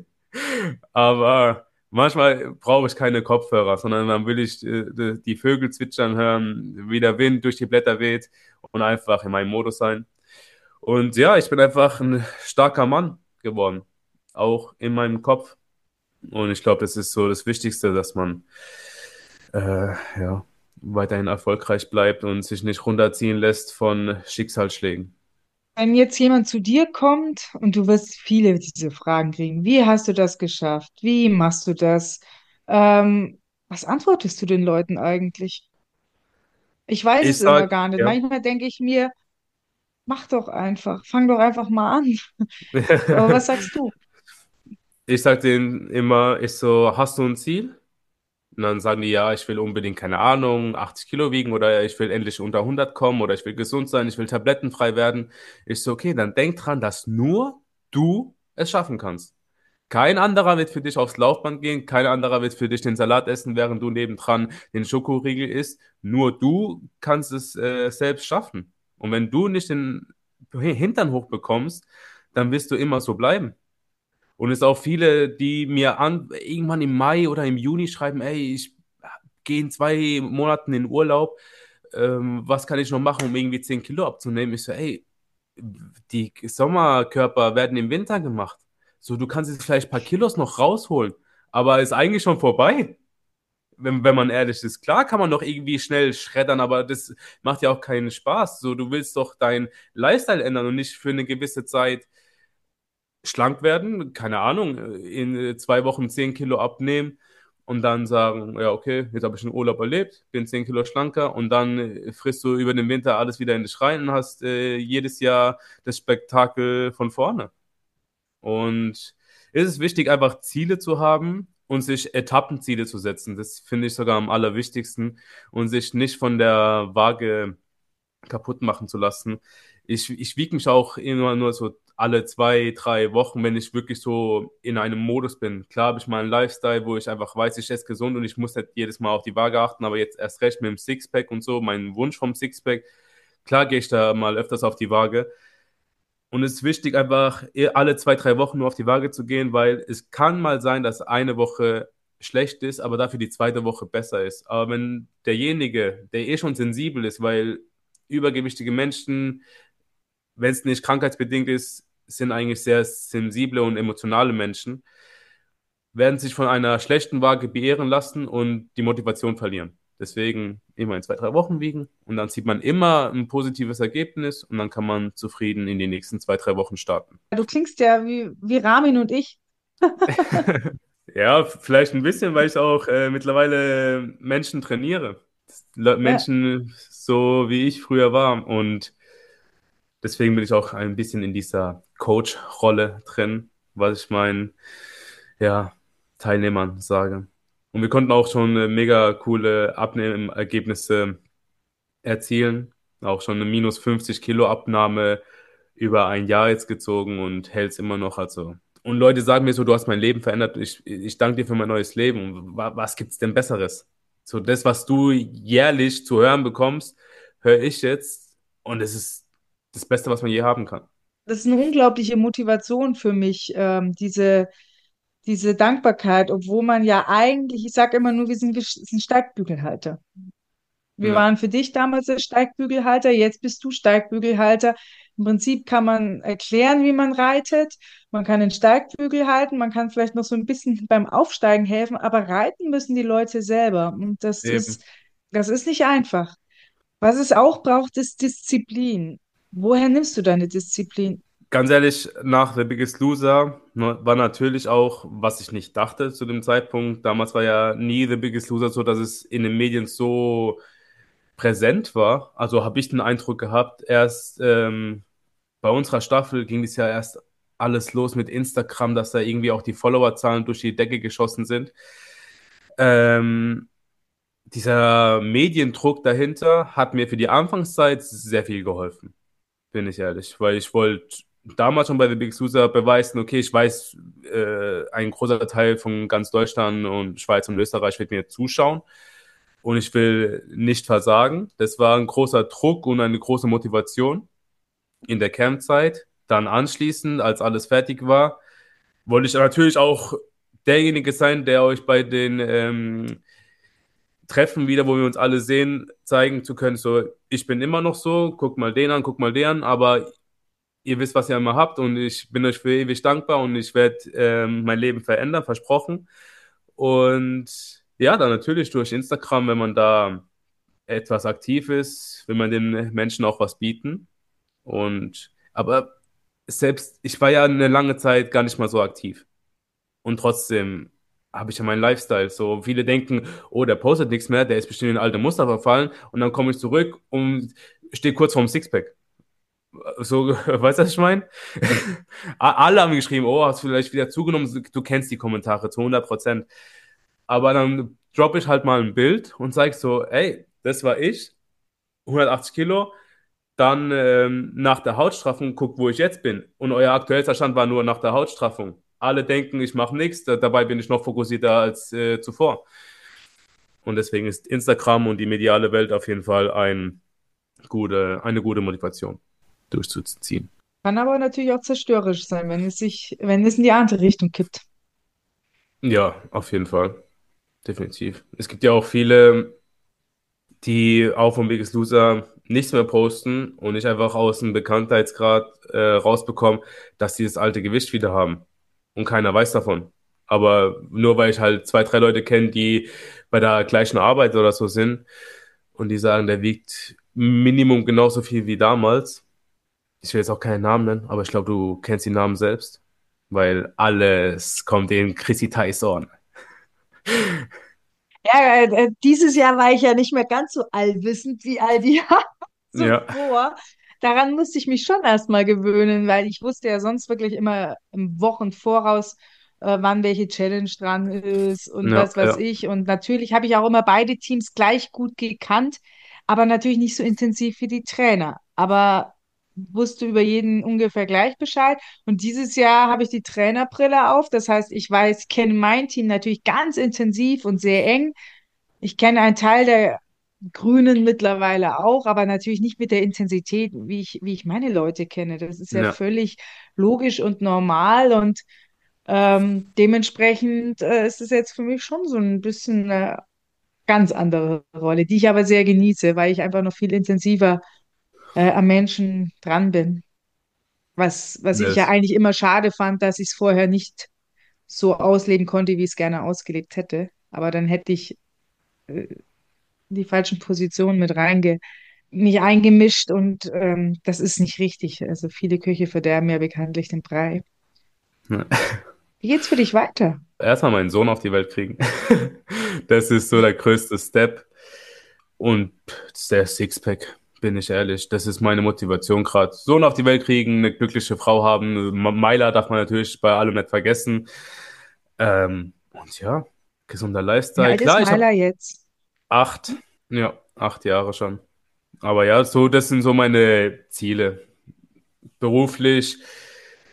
Aber manchmal brauche ich keine Kopfhörer, sondern dann will ich äh, die die Vögel zwitschern hören, wie der Wind durch die Blätter weht und einfach in meinem Modus sein. Und ja, ich bin einfach ein starker Mann geworden, auch in meinem Kopf. Und ich glaube, das ist so das Wichtigste, dass man äh, ja, weiterhin erfolgreich bleibt und sich nicht runterziehen lässt von Schicksalsschlägen. Wenn jetzt jemand zu dir kommt und du wirst viele diese Fragen kriegen, wie hast du das geschafft? Wie machst du das? Ähm, was antwortest du den Leuten eigentlich? Ich weiß Ich es immer sag, gar nicht. ja. Manchmal denke ich mir, mach doch einfach, fang doch einfach mal an. Aber was sagst du? Ich sag denen immer, ich so, hast du ein Ziel? Und dann sagen die, ja, ich will unbedingt, keine Ahnung, achtzig Kilo wiegen oder ich will endlich unter hundert kommen oder ich will gesund sein, ich will tablettenfrei werden. Ich so, okay, dann denk dran, dass nur du es schaffen kannst. Kein anderer wird für dich aufs Laufband gehen, kein anderer wird für dich den Salat essen, während du nebendran den Schokoriegel isst. Nur du kannst es äh, selbst schaffen. Und wenn du nicht den Hintern hochbekommst, dann wirst du immer so bleiben. Und es auch viele, die mir an, irgendwann im Mai oder im Juni schreiben, ey, ich gehe in zwei Monaten in Urlaub, ähm, was kann ich noch machen, um irgendwie zehn Kilo abzunehmen? Ich so, ey, die Sommerkörper werden im Winter gemacht. So, du kannst jetzt vielleicht ein paar Kilos noch rausholen, aber ist eigentlich schon vorbei, wenn, wenn man ehrlich ist. Klar kann man noch irgendwie schnell schreddern, aber das macht ja auch keinen Spaß. So, du willst doch deinen Lifestyle ändern und nicht für eine gewisse Zeit schlank werden, keine Ahnung, in äh, zwei Wochen zehn Kilo abnehmen und dann sagen, ja, okay, jetzt habe ich einen Urlaub erlebt, bin zehn Kilo schlanker und dann äh, frisst du über den Winter alles wieder in dich rein und hast äh, jedes Jahr das Spektakel von vorne. Und es ist wichtig, einfach Ziele zu haben und sich Etappenziele zu setzen. Das finde ich sogar am allerwichtigsten und sich nicht von der Waage kaputt machen zu lassen. Ich, ich wiege mich auch immer nur so alle zwei, drei Wochen, wenn ich wirklich so in einem Modus bin. Klar habe ich mal einen Lifestyle, wo ich einfach weiß, ich esse gesund und ich muss nicht jedes Mal auf die Waage achten, aber jetzt erst recht mit dem Sixpack und so, mein Wunsch vom Sixpack. Klar gehe ich da mal öfters auf die Waage. Und es ist wichtig, einfach alle zwei, drei Wochen nur auf die Waage zu gehen, weil es kann mal sein, dass eine Woche schlecht ist, aber dafür die zweite Woche besser ist. Aber wenn derjenige, der eh schon sensibel ist, weil übergewichtige Menschen, wenn es nicht krankheitsbedingt ist, sind eigentlich sehr sensible und emotionale Menschen, werden sich von einer schlechten Waage beehren lassen und die Motivation verlieren. Deswegen immer in zwei, drei Wochen wiegen und dann sieht man immer ein positives Ergebnis und dann kann man zufrieden in die nächsten zwei, drei Wochen starten. Du klingst ja wie, wie Ramin und ich. Ja, vielleicht ein bisschen, weil ich auch äh, mittlerweile Menschen trainiere. Le- Ja, Menschen so wie ich früher war. Und deswegen bin ich auch ein bisschen in dieser Coach-Rolle drin, was ich meinen ja, Teilnehmern sage. Und wir konnten auch schon äh, mega coole Abnehmergebnisse erzielen. Auch schon eine minus fünfzig Kilo Abnahme über ein Jahr jetzt gezogen und hält es immer noch. Also Und Leute sagen mir so, du hast mein Leben verändert, ich, ich danke dir für mein neues Leben. Und wa- was gibt's denn Besseres? So das, was du jährlich zu hören bekommst, höre ich jetzt und es ist das Beste, was man je haben kann. Das ist eine unglaubliche Motivation für mich, ähm, diese, diese Dankbarkeit, obwohl man ja eigentlich, ich sage immer nur, wir sind, wir sind Steigbügelhalter. Wir Ja, waren für dich damals der Steigbügelhalter, jetzt bist du Steigbügelhalter. Im Prinzip kann man erklären, wie man reitet. Man kann den Steigbügel halten, man kann vielleicht noch so ein bisschen beim Aufsteigen helfen, aber reiten müssen die Leute selber. Und das eben. ist, das ist nicht einfach. Was es auch braucht, ist Disziplin. Woher nimmst du deine Disziplin? Ganz ehrlich, nach The Biggest Loser ne, war natürlich auch, was ich nicht dachte zu dem Zeitpunkt. Damals war ja nie The Biggest Loser so, dass es in den Medien so präsent war. Also habe ich den Eindruck gehabt, erst ähm, bei unserer Staffel ging es ja erst alles los mit Instagram, dass da irgendwie auch die Followerzahlen durch die Decke geschossen sind. Ähm, Dieser Mediendruck dahinter hat mir für die Anfangszeit sehr viel geholfen, bin ich ehrlich, weil ich wollte damals schon bei The Big Loser beweisen, okay, ich weiß, äh, ein großer Teil von ganz Deutschland und Schweiz und Österreich wird mir zuschauen und ich will nicht versagen. Das war ein großer Druck und eine große Motivation in der Campzeit. Dann anschließend, als alles fertig war, wollte ich natürlich auch derjenige sein, der euch bei den ähm, Treffen wieder, wo wir uns alle sehen, zeigen zu können, so, ich bin immer noch so, guck mal den an, guck mal den an, aber ihr wisst, was ihr immer habt und ich bin euch für ewig dankbar und ich werde ähm, mein Leben verändern, versprochen. Und ja, dann natürlich durch Instagram, wenn man da etwas aktiv ist, will man den Menschen auch was bieten. Und aber selbst, ich war ja eine lange Zeit gar nicht mal so aktiv. Und trotzdem habe ich ja meinen Lifestyle. So viele denken, oh, der postet nichts mehr, der ist bestimmt in alte Muster verfallen. Und dann komme ich zurück und stehe kurz vorm Sixpack. So, weißt du, was ich meine? Alle haben geschrieben, oh, hast du vielleicht wieder zugenommen? Du kennst die Kommentare zu hundert Prozent. Aber dann droppe ich halt mal ein Bild und zeige so, ey, das war ich, hundertachtzig Kilo, dann ähm, nach der Hautstraffung guck, wo ich jetzt bin. Und euer aktuellster Stand war nur nach der Hautstraffung. Alle denken, ich mache nichts, da- dabei bin ich noch fokussierter als äh, zuvor. Und deswegen ist Instagram und die mediale Welt auf jeden Fall ein gute, eine gute Motivation, durchzuziehen. Kann aber natürlich auch zerstörerisch sein, wenn es sich, wenn es in die andere Richtung kippt. Ja, auf jeden Fall. Definitiv. Es gibt ja auch viele, die auch vom Biggest Loser nichts mehr posten und ich einfach aus dem Bekanntheitsgrad äh, rausbekomme, dass sie das alte Gewicht wieder haben. Und keiner weiß davon. Aber nur weil ich halt zwei, drei Leute kenne, die bei der gleichen Arbeit oder so sind und die sagen, der wiegt Minimum genauso viel wie damals. Ich will jetzt auch keinen Namen nennen, aber ich glaube, du kennst die Namen selbst, weil alles kommt in Chrissy Thais Ohren. Ja, äh, äh, dieses Jahr war ich ja nicht mehr ganz so allwissend wie all die Jahre Ja, zuvor. Daran musste ich mich schon erstmal gewöhnen, weil ich wusste ja sonst wirklich immer im Wochen voraus, äh, wann welche Challenge dran ist und ja, was weiß ja, ich. Und natürlich habe ich auch immer beide Teams gleich gut gekannt, aber natürlich nicht so intensiv wie die Trainer. Aber wusste über jeden ungefähr gleich Bescheid. Und dieses Jahr habe ich die Trainerbrille auf. Das heißt, ich weiß, kenne mein Team natürlich ganz intensiv und sehr eng. Ich kenne einen Teil der Grünen mittlerweile auch, aber natürlich nicht mit der Intensität, wie ich, wie ich meine Leute kenne. Das ist ja ja. völlig logisch und normal und ähm, dementsprechend äh, ist es jetzt für mich schon so ein bisschen eine ganz andere Rolle, die ich aber sehr genieße, weil ich einfach noch viel intensiver äh, am Menschen dran bin. Was, was ich ja Das, eigentlich immer schade fand, dass ich es vorher nicht so ausleben konnte, wie ich es gerne ausgelebt hätte. Aber dann hätte ich äh, die falschen Positionen mit reinge mich eingemischt und ähm, das ist nicht richtig. Also viele Köche verderben ja bekanntlich den Brei. ja. Wie geht's für dich weiter? Erstmal meinen Sohn auf die Welt kriegen. Das ist so der größte Step. Und der Sixpack, bin ich ehrlich. Das ist meine Motivation gerade. Sohn auf die Welt kriegen, eine glückliche Frau haben. Meiler darf man natürlich bei allem nicht vergessen. Ähm, und ja, gesunder Wie Lifestyle. alt ist Klar, ich habe Myla jetzt? acht, ja, acht Jahre schon. Aber ja, so, das sind so meine Ziele. Beruflich.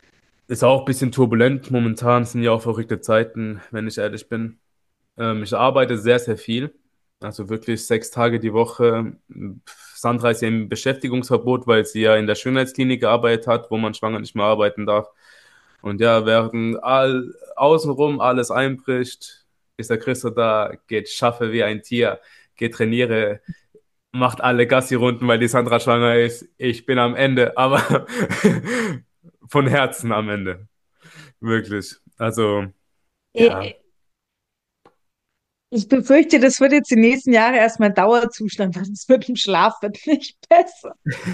Ist auch ein bisschen turbulent. Momentan sind ja auch verrückte Zeiten, wenn ich ehrlich bin. Ähm, ich arbeite sehr, sehr viel. Also wirklich sechs Tage die Woche. Sandra ist ja im Beschäftigungsverbot, weil sie ja in der Schönheitsklinik gearbeitet hat, wo man schwanger nicht mehr arbeiten darf. Und ja, während all, außenrum alles einbricht, ist der Christo da, geht schaffe wie ein Tier, geht trainiere, macht alle Gassi-Runden, weil die Sandra schwanger ist. Ich bin am Ende, aber von Herzen am Ende. Wirklich. Also, ja. Äh, Ich befürchte, das wird jetzt die nächsten Jahre erstmal ein Dauerzustand, weil es mit dem Schlaf wird nicht besser.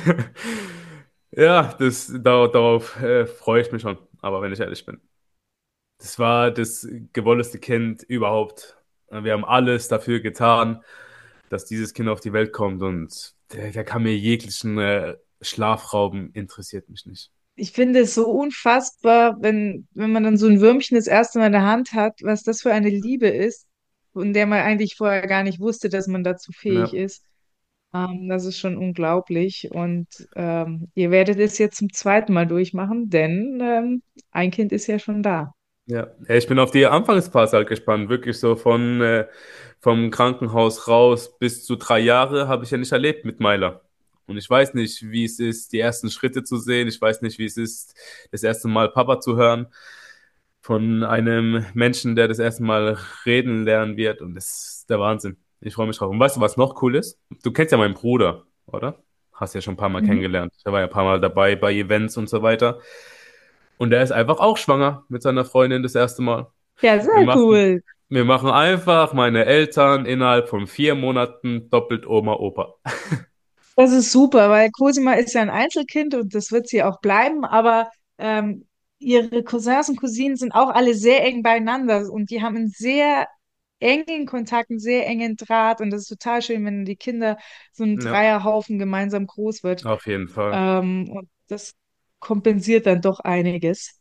Ja, das, darauf, darauf äh, freue ich mich schon. Aber wenn ich ehrlich bin, das war das gewollteste Kind überhaupt. Wir haben alles dafür getan, dass dieses Kind auf die Welt kommt und der, der kann mir jeglichen äh, Schlaf rauben, interessiert mich nicht. Ich finde es so unfassbar, wenn, wenn man dann so ein Würmchen das erste Mal in der Hand hat, was das für eine Liebe ist, von der man eigentlich vorher gar nicht wusste, dass man dazu fähig Ja, ist. Ähm, das ist schon unglaublich. Und ähm, ihr werdet es jetzt zum zweiten Mal durchmachen, denn ähm, ein Kind ist ja schon da. ja. Ja, ich bin auf die Anfangsphase halt gespannt. Wirklich so von äh, vom Krankenhaus raus bis zu drei Jahre habe ich ja nicht erlebt mit Myla. Und ich weiß nicht, wie es ist, die ersten Schritte zu sehen. Ich weiß nicht, wie es ist, das erste Mal Papa zu hören von einem Menschen, der das erste Mal reden lernen wird. Und das ist der Wahnsinn. Ich freue mich drauf. Und weißt du, was noch cool ist? Du kennst ja meinen Bruder, oder? Hast ja schon ein paar Mal Mhm. kennengelernt. Er war ja ein paar Mal dabei bei Events und so weiter. Und er ist einfach auch schwanger mit seiner Freundin das erste Mal. Ja, Wir sehr machen, cool. wir machen einfach meine Eltern innerhalb von vier Monaten doppelt Oma, Opa. Das ist super, weil Cosima ist ja ein Einzelkind und das wird sie auch bleiben, aber ähm, ihre Cousins und Cousinen sind auch alle sehr eng beieinander und die haben einen sehr engen Kontakt, einen sehr engen Draht und das ist total schön, wenn die Kinder so ein Ja, Dreierhaufen gemeinsam groß wird. auf jeden Fall. Ähm, und das kompensiert dann doch einiges.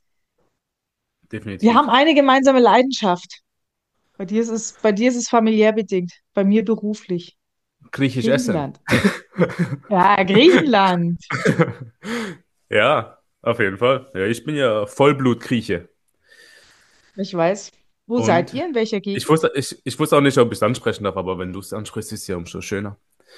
Wir haben Definitiv. eine gemeinsame Leidenschaft. Bei dir ist es, bei dir ist es familiär bedingt, bei mir beruflich. Griechisch essen. Griechenland. Ja, Griechenland. Ja, auf jeden Fall. Ja, ich bin ja Vollblut-Grieche. Ich weiß. Wo seid Und ihr? In welcher ich Gegend? wusste, ich, ich wusste auch nicht, ob ich es ansprechen darf, aber wenn du es ansprichst, ist es ja umso schöner.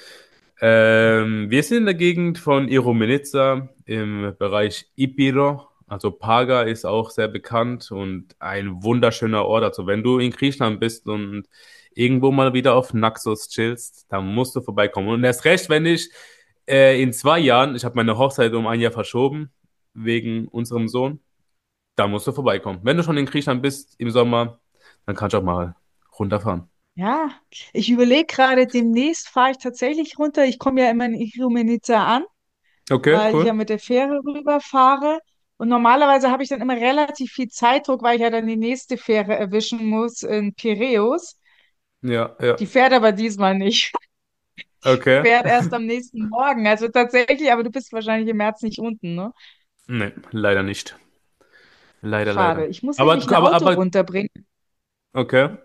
Ähm, wir sind in der Gegend von Iromenica im Bereich Epiro. Also Paga ist auch sehr bekannt und ein wunderschöner Ort. Also wenn du in Griechenland bist und irgendwo mal wieder auf Naxos chillst, dann musst du vorbeikommen. Und erst recht, wenn ich äh, in zwei Jahren, ich habe meine Hochzeit um ein Jahr verschoben, wegen unserem Sohn, da musst du vorbeikommen. Wenn du schon in Griechenland bist im Sommer, dann kannst du auch mal runterfahren. Ja, ich überlege gerade, demnächst fahre ich tatsächlich runter. Ich komme ja immer in Igoumenitsa an, Okay, weil ich ja cool. mit der Fähre rüberfahre. Und normalerweise habe ich dann immer relativ viel Zeitdruck, weil ich ja dann die nächste Fähre erwischen muss in Piräus. Ja, ja. Die fährt aber diesmal nicht. Okay. Fährt erst am nächsten Morgen. Also tatsächlich, aber du bist wahrscheinlich im März nicht unten, ne? Nee, leider nicht. Leider, Schade. leider. Ich muss nämlich Aber, ein aber, Auto aber, runterbringen. okay.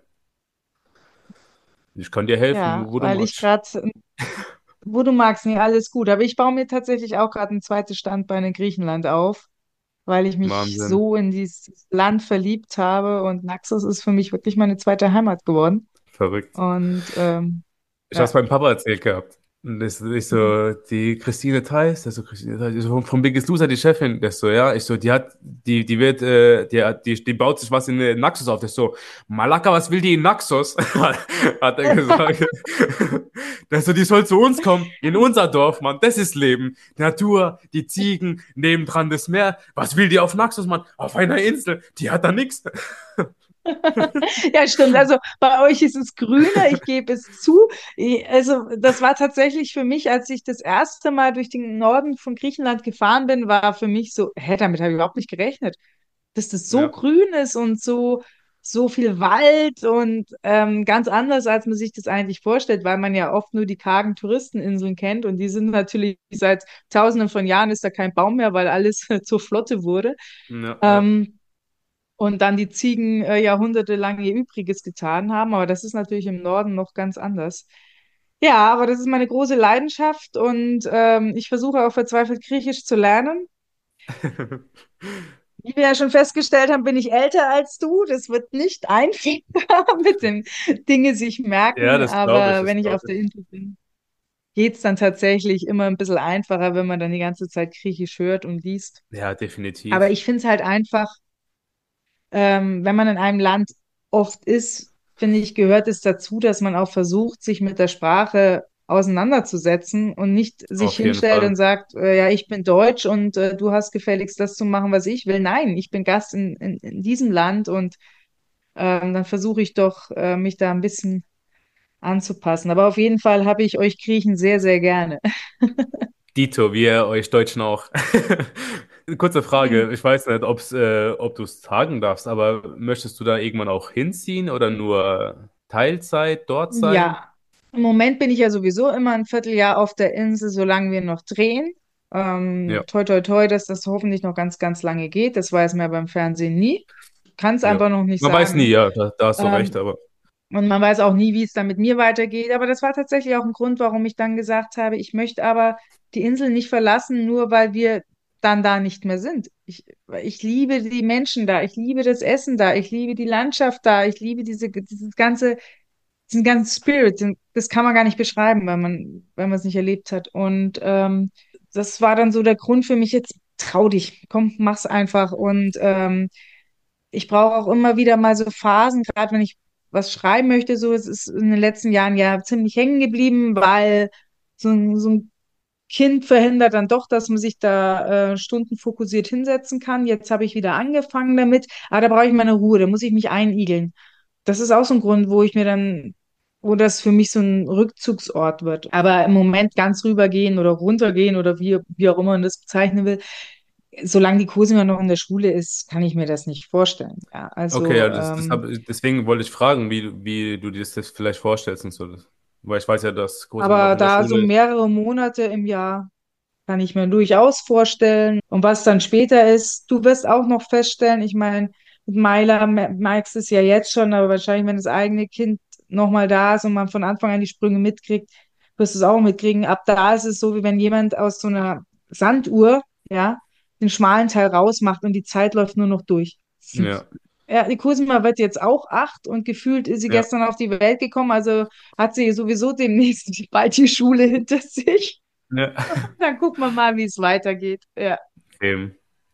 Ich kann dir helfen, Ja, wo, wo du weil ich magst. gerade, wo du magst, nee, alles gut. Aber ich baue mir tatsächlich auch gerade ein zweites Standbein in Griechenland auf, weil ich mich Wahnsinn. so in dieses Land verliebt habe und Naxos ist für mich wirklich meine zweite Heimat geworden. Verrückt. Und ähm, Ich habe es ja. meinem Papa erzählt gehabt. Und das ist Mhm. so, die Christine Theis, das ist so Christine Theis, ich so vom, vom Biggest Loser, die Chefin, das so, ja, ich so, die hat, die, die wird, äh, die, hat- die, die baut sich was in äh, Naxos auf, das so, Malaka, was will die in Naxos? Hat er gesagt. Das so, die soll zu uns kommen, in unser Dorf, Mann, das ist Leben. Die Natur, die Ziegen, nebendran das Meer. Was will die auf Naxos, Mann? Auf einer Insel, die hat da nix. Ja, stimmt. Also bei euch ist es grüner, ich gebe es zu. Ich- Also das war tatsächlich für mich, als ich das erste Mal durch den Norden von Griechenland gefahren bin, war für mich so, hä, damit habe ich überhaupt nicht gerechnet, dass das so Ja, grün ist und so, so viel Wald und ähm, ganz anders, als man sich das eigentlich vorstellt, weil man ja oft nur die kargen Touristeninseln kennt und die sind natürlich seit Tausenden von Jahren ist da kein Baum mehr, weil alles zur Flotte wurde. ja, ja. Ähm, und dann die Ziegen äh, jahrhundertelang ihr Übriges getan haben. Aber das ist natürlich im Norden noch ganz anders. Ja, aber das ist meine große Leidenschaft und ähm, ich versuche auch verzweifelt Griechisch zu lernen. Wie wir ja schon festgestellt haben, bin ich älter als du. Das wird nicht einfacher mit dem Dinge sich Ja, merken. das glaube ich, Aber das wenn ich auf glaube der ich. Insel bin, geht's dann tatsächlich immer ein bisschen einfacher, wenn man dann die ganze Zeit Griechisch hört und liest. Ja, Aber definitiv. ich finde es halt einfach, ähm, wenn man in einem Land oft ist, finde ich, gehört es dazu, dass man auch versucht, sich mit der Sprache auseinanderzusetzen und nicht sich Auf jeden hinstellt Fall. und sagt, äh, ja, ich bin Deutsch und äh, du hast gefälligst das zu machen, was ich will. Nein, ich bin Gast in, in, in diesem Land und ähm, dann versuche ich doch, äh, mich da ein bisschen anzupassen. Aber auf jeden Fall habe ich euch Griechen sehr, sehr gerne. Dito, wir euch Deutschen auch. Kurze Frage, ich weiß nicht, ob's, äh, ob du es sagen darfst, aber möchtest du da irgendwann auch hinziehen oder nur Teilzeit dort sein? Ja, im Moment bin ich ja sowieso immer ein Vierteljahr auf der Insel, solange wir noch drehen. Ja, Ähm, toi, toi, toi, dass das hoffentlich noch ganz, ganz lange geht. Das weiß man ja beim Fernsehen nie. Kann es ja. einfach noch nicht Man weiß nie, sagen. ja, da, da hast du recht, Ähm, aber und man weiß auch nie, wie es dann mit mir weitergeht. Aber das war tatsächlich auch ein Grund, warum ich dann gesagt habe, ich möchte aber die Insel nicht verlassen, nur weil wir dann da nicht mehr sind. Ich, ich liebe die Menschen da, ich liebe das Essen da, ich liebe die Landschaft da, ich liebe diese, dieses ganze diesen ganzen Spirit, den, das kann man gar nicht beschreiben, wenn man, wenn man es nicht erlebt hat. Und ähm, das war dann so der Grund für mich jetzt, trau dich, komm, mach's einfach. Und ähm, ich brauche auch immer wieder mal so Phasen, gerade wenn ich was schreiben möchte, so, es ist in den letzten Jahren ja ziemlich hängen geblieben, weil so ein, so ein Kind verhindert dann doch, dass man sich da äh, stundenfokussiert hinsetzen kann. Jetzt habe ich wieder angefangen damit, aber da brauche ich meine Ruhe, da muss ich mich einigeln. Das ist auch so ein Grund, wo ich mir dann, wo das für mich so ein Rückzugsort wird. Aber im Moment ganz rübergehen oder runtergehen oder wie, wie auch immer man das bezeichnen will, solange die Cosima noch in der Schule ist, kann ich mir das nicht vorstellen. Ja, okay, also, ja, das, das ähm, hab, deswegen wollte ich fragen, wie, du- wie du dir das jetzt vielleicht vorstellst und so. Weil ich weiß ja, dass Cosimo noch aber in der da so Schule ist. mehrere Monate im Jahr kann ich mir durchaus vorstellen. Und was dann später ist, du wirst auch noch feststellen, ich meine, mit Myla me- merkst du es ja jetzt schon, aber wahrscheinlich, wenn das eigene Kind nochmal da ist und man von Anfang an die Sprünge mitkriegt, wirst du es auch mitkriegen. Ab da ist es so, wie wenn jemand aus so einer Sanduhr, ja, den schmalen Teil rausmacht und die Zeit läuft nur noch durch. Ja, Ja, die Cosima wird jetzt auch acht und gefühlt ist sie ja, gestern auf die Welt gekommen, also hat sie sowieso demnächst bald die Schule hinter sich. ja. Dann gucken wir mal, wie es weitergeht. Ja. Eben.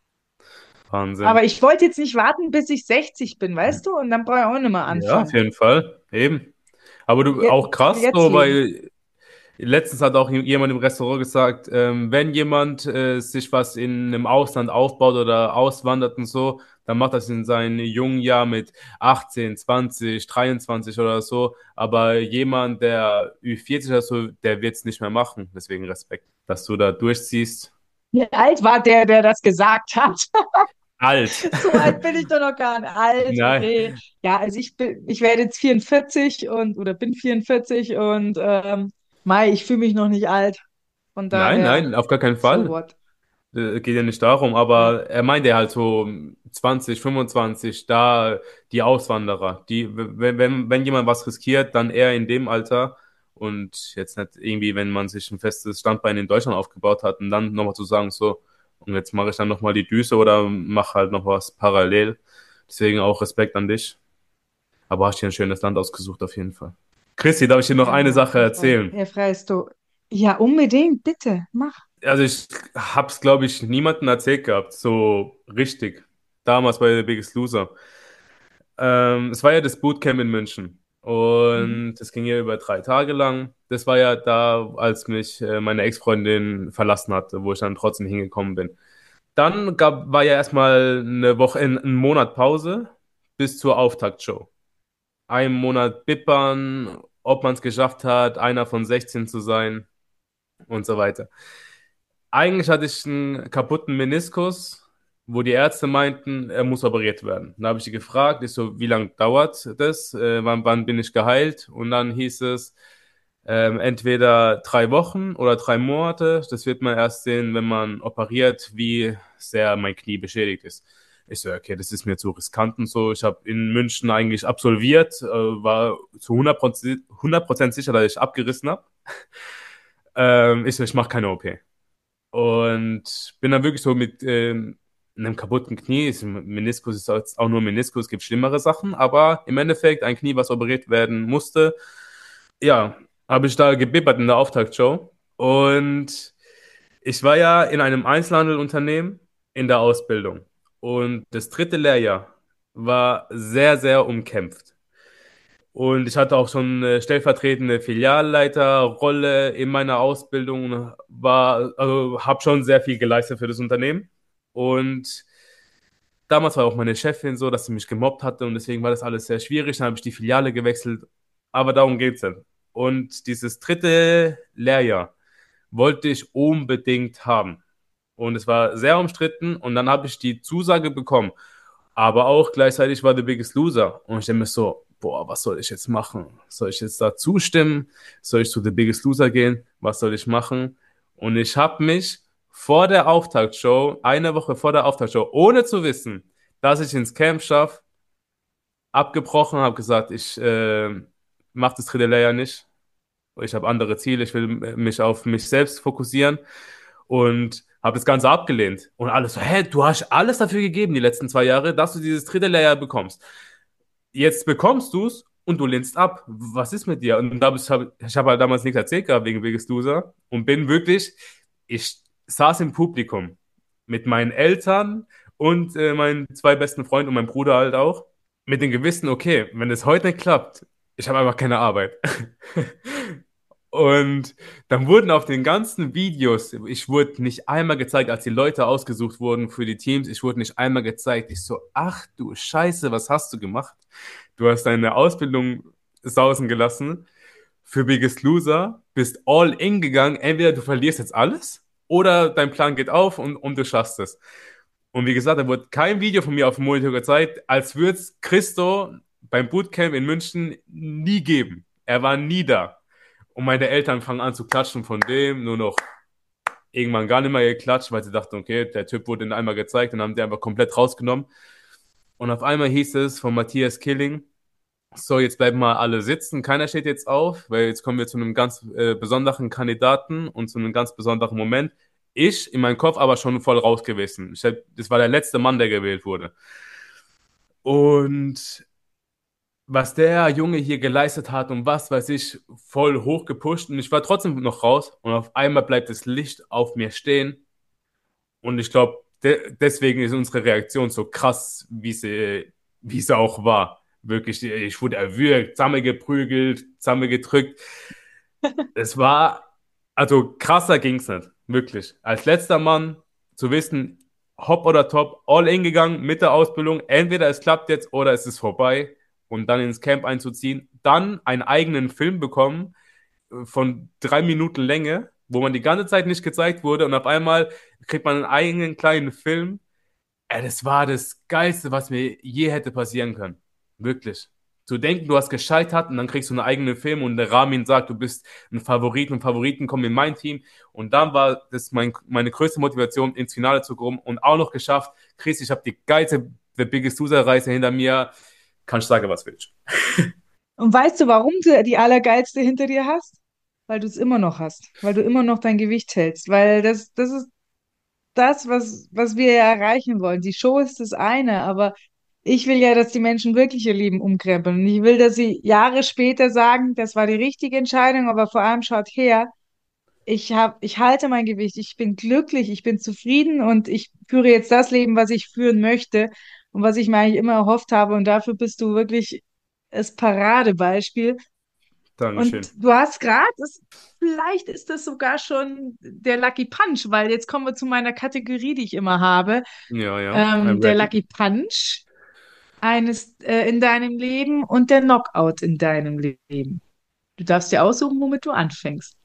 Wahnsinn. Aber ich wollte jetzt nicht warten, bis ich sechzig bin, weißt du? Und dann brauche ich auch nicht mehr Ja, auf anfangen. jeden Fall. Eben. Aber du Je auch krass jetzt so, leben. weil letztens hat auch jemand im Restaurant gesagt, ähm, wenn jemand äh, sich was in einem Ausland aufbaut oder auswandert und so, dann macht das in seinen jungen Jahren mit achtzehn, zwanzig, dreiundzwanzig oder so. Aber jemand, der ü vierzig oder so, der wird es nicht mehr machen. Deswegen Respekt, dass du da durchziehst. Wie alt war der, der das gesagt hat? Alt. So alt bin ich doch noch gar nicht. Alt, Nein, okay. Ja, also ich bin, ich werde jetzt vierundvierzig und oder bin vierundvierzig und ähm, Mai, ich fühle mich noch nicht alt. Von nein, daher, nein, auf gar keinen so Fall. what. Äh, Geht ja nicht darum, Ja. aber er meinte halt so zwanzig, fünfundzwanzig, da die Auswanderer, die, wenn, wenn, wenn jemand was riskiert, dann eher in dem Alter und jetzt nicht irgendwie, wenn man sich ein festes Standbein in Deutschland aufgebaut hat und dann nochmal zu sagen, so, und jetzt mache ich dann nochmal die Düse oder mache halt noch was parallel. Deswegen auch Respekt an dich. Aber hast dir ein schönes Land ausgesucht, auf jeden Fall. Christi, darf ich dir noch eine Ja, Sache Herr Frei, erzählen? Herr Freisto. Ja, unbedingt, bitte, mach. Also ich hab's, glaube ich, niemandem erzählt gehabt, so richtig. Damals bei The Biggest Loser. Ähm, es war ja das Bootcamp in München. Mhm. Und es ging ja über drei Tage lang. Das war ja da, als mich äh, meine Ex-Freundin verlassen hatte, wo ich dann trotzdem hingekommen bin. Dann gab, war ja erstmal eine Woche, ein, ein Monat Pause bis zur Auftaktshow. Ein Monat bippern, ob man es geschafft hat, einer von sechzehn zu sein und so weiter. Eigentlich hatte ich einen kaputten Meniskus, wo die Ärzte meinten, er muss operiert werden. Dann habe ich sie gefragt, ich so, wie lange dauert das? Äh, wann, wann bin ich geheilt? Und dann hieß es, ähm, entweder drei Wochen oder drei Monate. Das wird man erst sehen, wenn man operiert, wie sehr mein Knie beschädigt ist. Ich so, okay, das ist mir zu riskant und so. Ich habe in München eigentlich absolviert, äh, war zu hundert Prozent, hundert Prozent sicher, dass ich abgerissen habe. Ähm, ich so, ich mache keine O P. Und bin dann wirklich so mit ähm, einem kaputten Knie, ist, Meniskus ist jetzt auch nur Meniskus, gibt schlimmere Sachen, aber im Endeffekt ein Knie, was operiert werden musste, ja, habe ich da gebibbert in der Auftaktshow. Und ich war ja in einem Einzelhandelunternehmen in der Ausbildung. Und das dritte Lehrjahr war sehr, sehr umkämpft. Und ich hatte auch schon eine stellvertretende Filialleiterrolle in meiner Ausbildung, war, also habe schon sehr viel geleistet für das Unternehmen. Und damals war auch meine Chefin so, dass sie mich gemobbt hatte und deswegen war das alles sehr schwierig. Dann habe ich die Filiale gewechselt. Aber darum geht's dann. Und dieses dritte Lehrjahr wollte ich unbedingt haben. Und es war sehr umstritten und dann habe ich die Zusage bekommen. Aber auch gleichzeitig war The Biggest Loser. Und ich denke mir so, boah, was soll ich jetzt machen? Soll ich jetzt da zustimmen? Soll ich zu The Biggest Loser gehen? Was soll ich machen? Und ich habe mich vor der Auftaktshow, eine Woche vor der Auftaktshow, ohne zu wissen, dass ich ins Camp schaffe, abgebrochen, habe gesagt, ich äh, mache das dritte Layer nicht. Ich habe andere Ziele, ich will mich auf mich selbst fokussieren und habe das Ganze abgelehnt. Und alles so, hä, du hast alles dafür gegeben die letzten zwei Jahre, dass du dieses dritte Layer bekommst. Jetzt bekommst du es und du lehnst ab. Was ist mit dir? Und da hab ich habe ich hab halt damals nichts erzählt gehabt wegen Biggest Loser und bin wirklich, ich saß im Publikum mit meinen Eltern und äh, meinen zwei besten Freunden und meinem Bruder halt auch, mit dem Gewissen, okay, wenn es heute nicht klappt, ich habe einfach keine Arbeit. Und dann wurden auf den ganzen Videos, ich wurde nicht einmal gezeigt, als die Leute ausgesucht wurden für die Teams, ich wurde nicht einmal gezeigt. Ich so, ach du Scheiße, was hast du gemacht? Du hast deine Ausbildung sausen gelassen für Biggest Loser, bist all in gegangen. Entweder du verlierst jetzt alles oder dein Plan geht auf und, und du schaffst es. Und wie gesagt, da wurde kein Video von mir auf dem Monitor gezeigt, als würde es Christo beim Bootcamp in München nie geben. Er war nie da. Und meine Eltern fangen an zu klatschen von dem, nur noch irgendwann gar nicht mehr geklatscht, weil sie dachten, okay, der Typ wurde ihnen einmal gezeigt und haben die einfach komplett rausgenommen. Und auf einmal hieß es von Matthias Killing, so, jetzt bleiben mal alle sitzen, keiner steht jetzt auf, weil jetzt kommen wir zu einem ganz äh, besonderen Kandidaten und zu einem ganz besonderen Moment. Ich in meinem Kopf aber schon voll raus gewesen. Ich hab, das war der letzte Mann, der gewählt wurde. Und was der Junge hier geleistet hat und was weiß ich, voll hoch gepusht und ich war trotzdem noch raus und auf einmal bleibt das Licht auf mir stehen und ich glaube, de deswegen ist unsere Reaktion so krass, wie sie, wie sie auch war. Wirklich, ich wurde erwürgt, zusammengeprügelt, zusammengedrückt. Es war, also krasser ging's nicht, wirklich. Als letzter Mann zu wissen, hopp oder top, all in gegangen mit der Ausbildung, entweder es klappt jetzt oder es ist vorbei und dann ins Camp einzuziehen, dann einen eigenen Film bekommen äh, von drei Minuten Länge, wo man die ganze Zeit nicht gezeigt wurde und auf einmal kriegt man einen eigenen kleinen Film. Ey, das war das Geilste, was mir je hätte passieren können. Wirklich. Zu denken, du hast gescheitert und dann kriegst du einen eigenen Film und der Ramin sagt, du bist ein Favorit und Favoriten kommen in mein Team. Und dann war das mein, meine größte Motivation, ins Finale zu kommen und auch noch geschafft. Chris, ich habe die geilste The Biggest Loser-Reise hinter mir. Kannst du sagen, was willst. Und weißt du, warum du die allergeilste hinter dir hast? Weil du es immer noch hast, weil du immer noch dein Gewicht hältst, weil das, das ist das, was, was wir ja erreichen wollen. Die Show ist das eine, aber ich will ja, dass die Menschen wirklich ihr Leben umkrempeln. Und ich will, dass sie Jahre später sagen, das war die richtige Entscheidung, aber vor allem schaut her, ich hab, ich halte mein Gewicht, ich bin glücklich, ich bin zufrieden und ich führe jetzt das Leben, was ich führen möchte und was ich mir eigentlich immer erhofft habe. Und dafür bist du wirklich das Paradebeispiel. Dankeschön. Und du hast gerade, vielleicht ist das sogar schon der Lucky Punch, weil jetzt kommen wir zu meiner Kategorie, die ich immer habe. Ja, ja, Ähm, I'm der ready. Lucky Punch eines äh, in deinem Leben und der Knockout in deinem Leben. Du darfst dir aussuchen, womit du anfängst.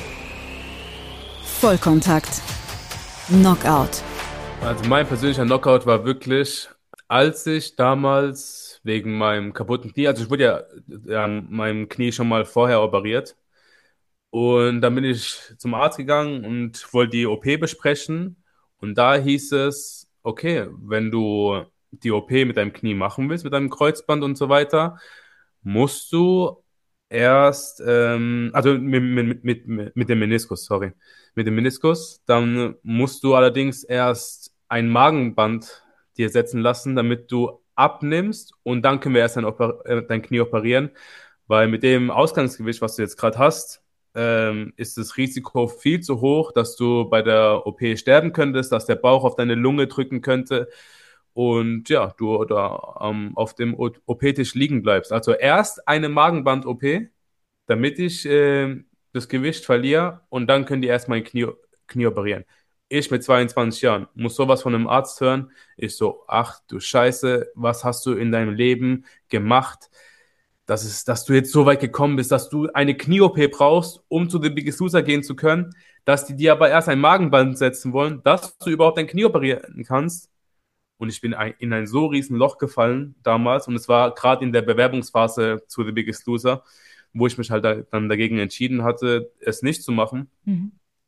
Vollkontakt. Knockout. Also mein persönlicher Knockout war wirklich, als ich damals wegen meinem kaputten Knie, also ich wurde ja, ja an meinem Knie schon mal vorher operiert und dann bin ich zum Arzt gegangen und wollte die O P besprechen und da hieß es, okay, wenn du die O P mit deinem Knie machen willst, mit deinem Kreuzband und so weiter, musst du erst, ähm, also mit, mit, mit, mit mit dem Meniskus, sorry, mit dem Meniskus, dann musst du allerdings erst ein Magenband dir setzen lassen, damit du abnimmst und dann können wir erst dein, Oper- äh, dein Knie operieren, weil mit dem Ausgangsgewicht, was du jetzt gerade hast, ähm, ist das Risiko viel zu hoch, dass du bei der O P sterben könntest, dass der Bauch auf deine Lunge drücken könnte und ja, du da ähm, auf dem O P-Tisch liegen bleibst. Also erst eine Magenband-O P, damit ich äh, das Gewicht verliere und dann können die erst mein Knie, Knie operieren. Ich mit zweiundzwanzig Jahren muss sowas von einem Arzt hören. Ich so, ach du Scheiße, was hast du in deinem Leben gemacht, dass, es, dass du jetzt so weit gekommen bist, dass du eine Knie-O P brauchst, um zu The Biggest Loser gehen zu können, dass die dir aber erst ein Magenband setzen wollen, dass du überhaupt dein Knie operieren kannst. Und ich bin ein, in ein so riesen Loch gefallen damals und es war gerade in der Bewerbungsphase zu The Biggest Loser, wo ich mich halt da, dann dagegen entschieden hatte, es nicht zu machen. Mhm.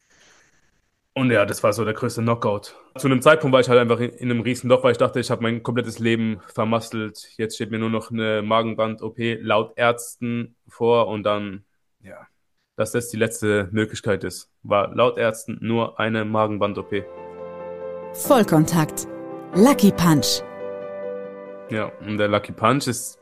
Und ja, das war so der größte Knockout. Zu einem Zeitpunkt war ich halt einfach in, in einem riesen Loch, weil ich dachte, ich habe mein komplettes Leben vermasselt. Jetzt steht mir nur noch eine Magenband-O P laut Ärzten vor und dann, ja, dass das die letzte Möglichkeit ist. War laut Ärzten nur eine Magenband-O P. Vollkontakt. Lucky Punch. Ja, und der Lucky Punch ist,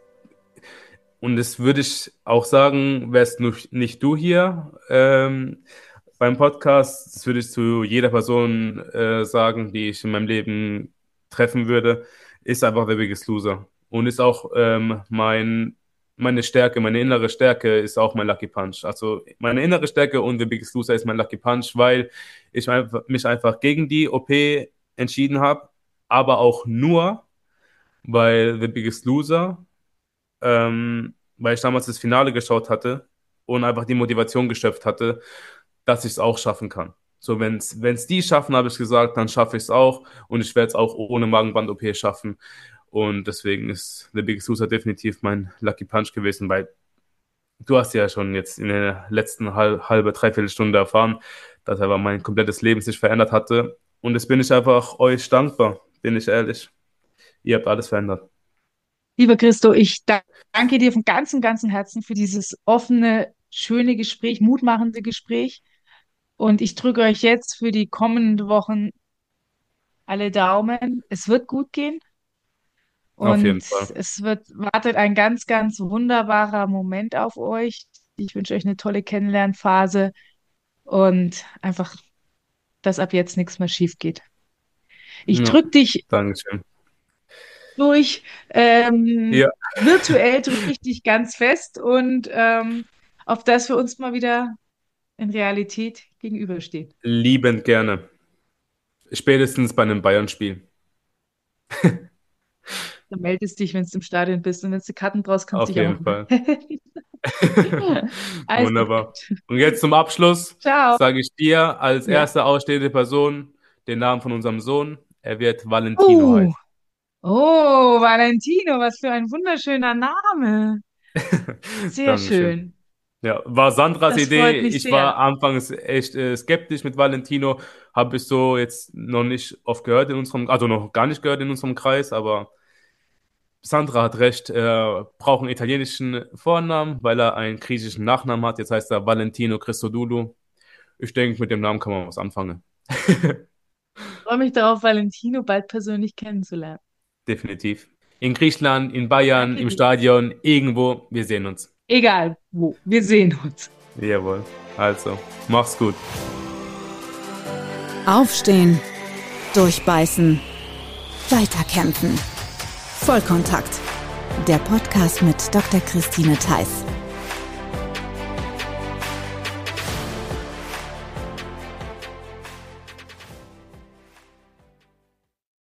und das würde ich auch sagen, wärst nur nicht du hier ähm, beim Podcast, das würde ich zu jeder Person äh, sagen, die ich in meinem Leben treffen würde, ist einfach der Biggest Loser. Und ist auch ähm, mein, meine Stärke, meine innere Stärke ist auch mein Lucky Punch. Also meine innere Stärke und der Biggest Loser ist mein Lucky Punch, weil ich einfach, mich einfach gegen die O P entschieden habe, aber auch nur, weil The Biggest Loser, ähm, weil ich damals das Finale geschaut hatte und einfach die Motivation geschöpft hatte, dass ich es auch schaffen kann. So, wenn es die schaffen, habe ich gesagt, dann schaffe ich es auch und ich werde es auch ohne Magenband-O P schaffen. Und deswegen ist The Biggest Loser definitiv mein Lucky Punch gewesen, weil du hast ja schon jetzt in der letzten halb, halbe, dreiviertel Stunde erfahren, dass einfach mein komplettes Leben sich verändert hatte. Und jetzt bin ich einfach euch dankbar, bin ich ehrlich. Ihr habt alles verändert. Lieber Christo, ich da- danke dir von ganzem, ganzem Herzen für dieses offene, schöne Gespräch, mutmachende Gespräch. Und ich drücke euch jetzt für die kommenden Wochen alle Daumen. Es wird gut gehen Auf und jeden Fall. es wird, wartet ein ganz, ganz wunderbarer Moment auf euch. Ich wünsche euch eine tolle Kennenlernphase und einfach, dass ab jetzt nichts mehr schief geht. Ich Ja, drücke dich Dankeschön. durch. Ähm, Ja, virtuell drücke ich dich ganz fest und ähm, auf dass wir uns mal wieder in Realität gegenüberstehen. liebend gerne. Spätestens bei einem Bayern-Spiel. Du meldest dich, wenn du im Stadion bist und wenn du Karten brauchst, kannst du Auf dich auch jeden Fall. melden. Also Wunderbar. gut. Und jetzt zum Abschluss Ciao. sage ich dir als Ja. erste ausstehende Person den Namen von unserem Sohn. Er wird Valentino Oh, heißen. oh, Valentino, was für ein wunderschöner Name. Sehr Dankeschön. schön. Ja, war Sandras Das Idee. freut mich Ich war sehr. anfangs echt äh, skeptisch mit Valentino. Habe ich so jetzt noch nicht oft gehört in unserem, also noch gar nicht gehört in unserem Kreis, aber Sandra hat recht, er braucht einen italienischen Vornamen, weil er einen griechischen Nachnamen hat. Jetzt heißt er Valentino Christodoulou. Ich denke, mit dem Namen kann man was anfangen. Ich freue mich darauf, Valentino bald persönlich kennenzulernen. Definitiv. In Griechenland, in Bayern, Danke im dir. Stadion, irgendwo. Wir sehen uns. Egal wo. Wir sehen uns. Jawohl. Also, mach's gut. Aufstehen, durchbeißen, weiterkämpfen. Vollkontakt. Der Podcast mit Doktor Christine Theiss.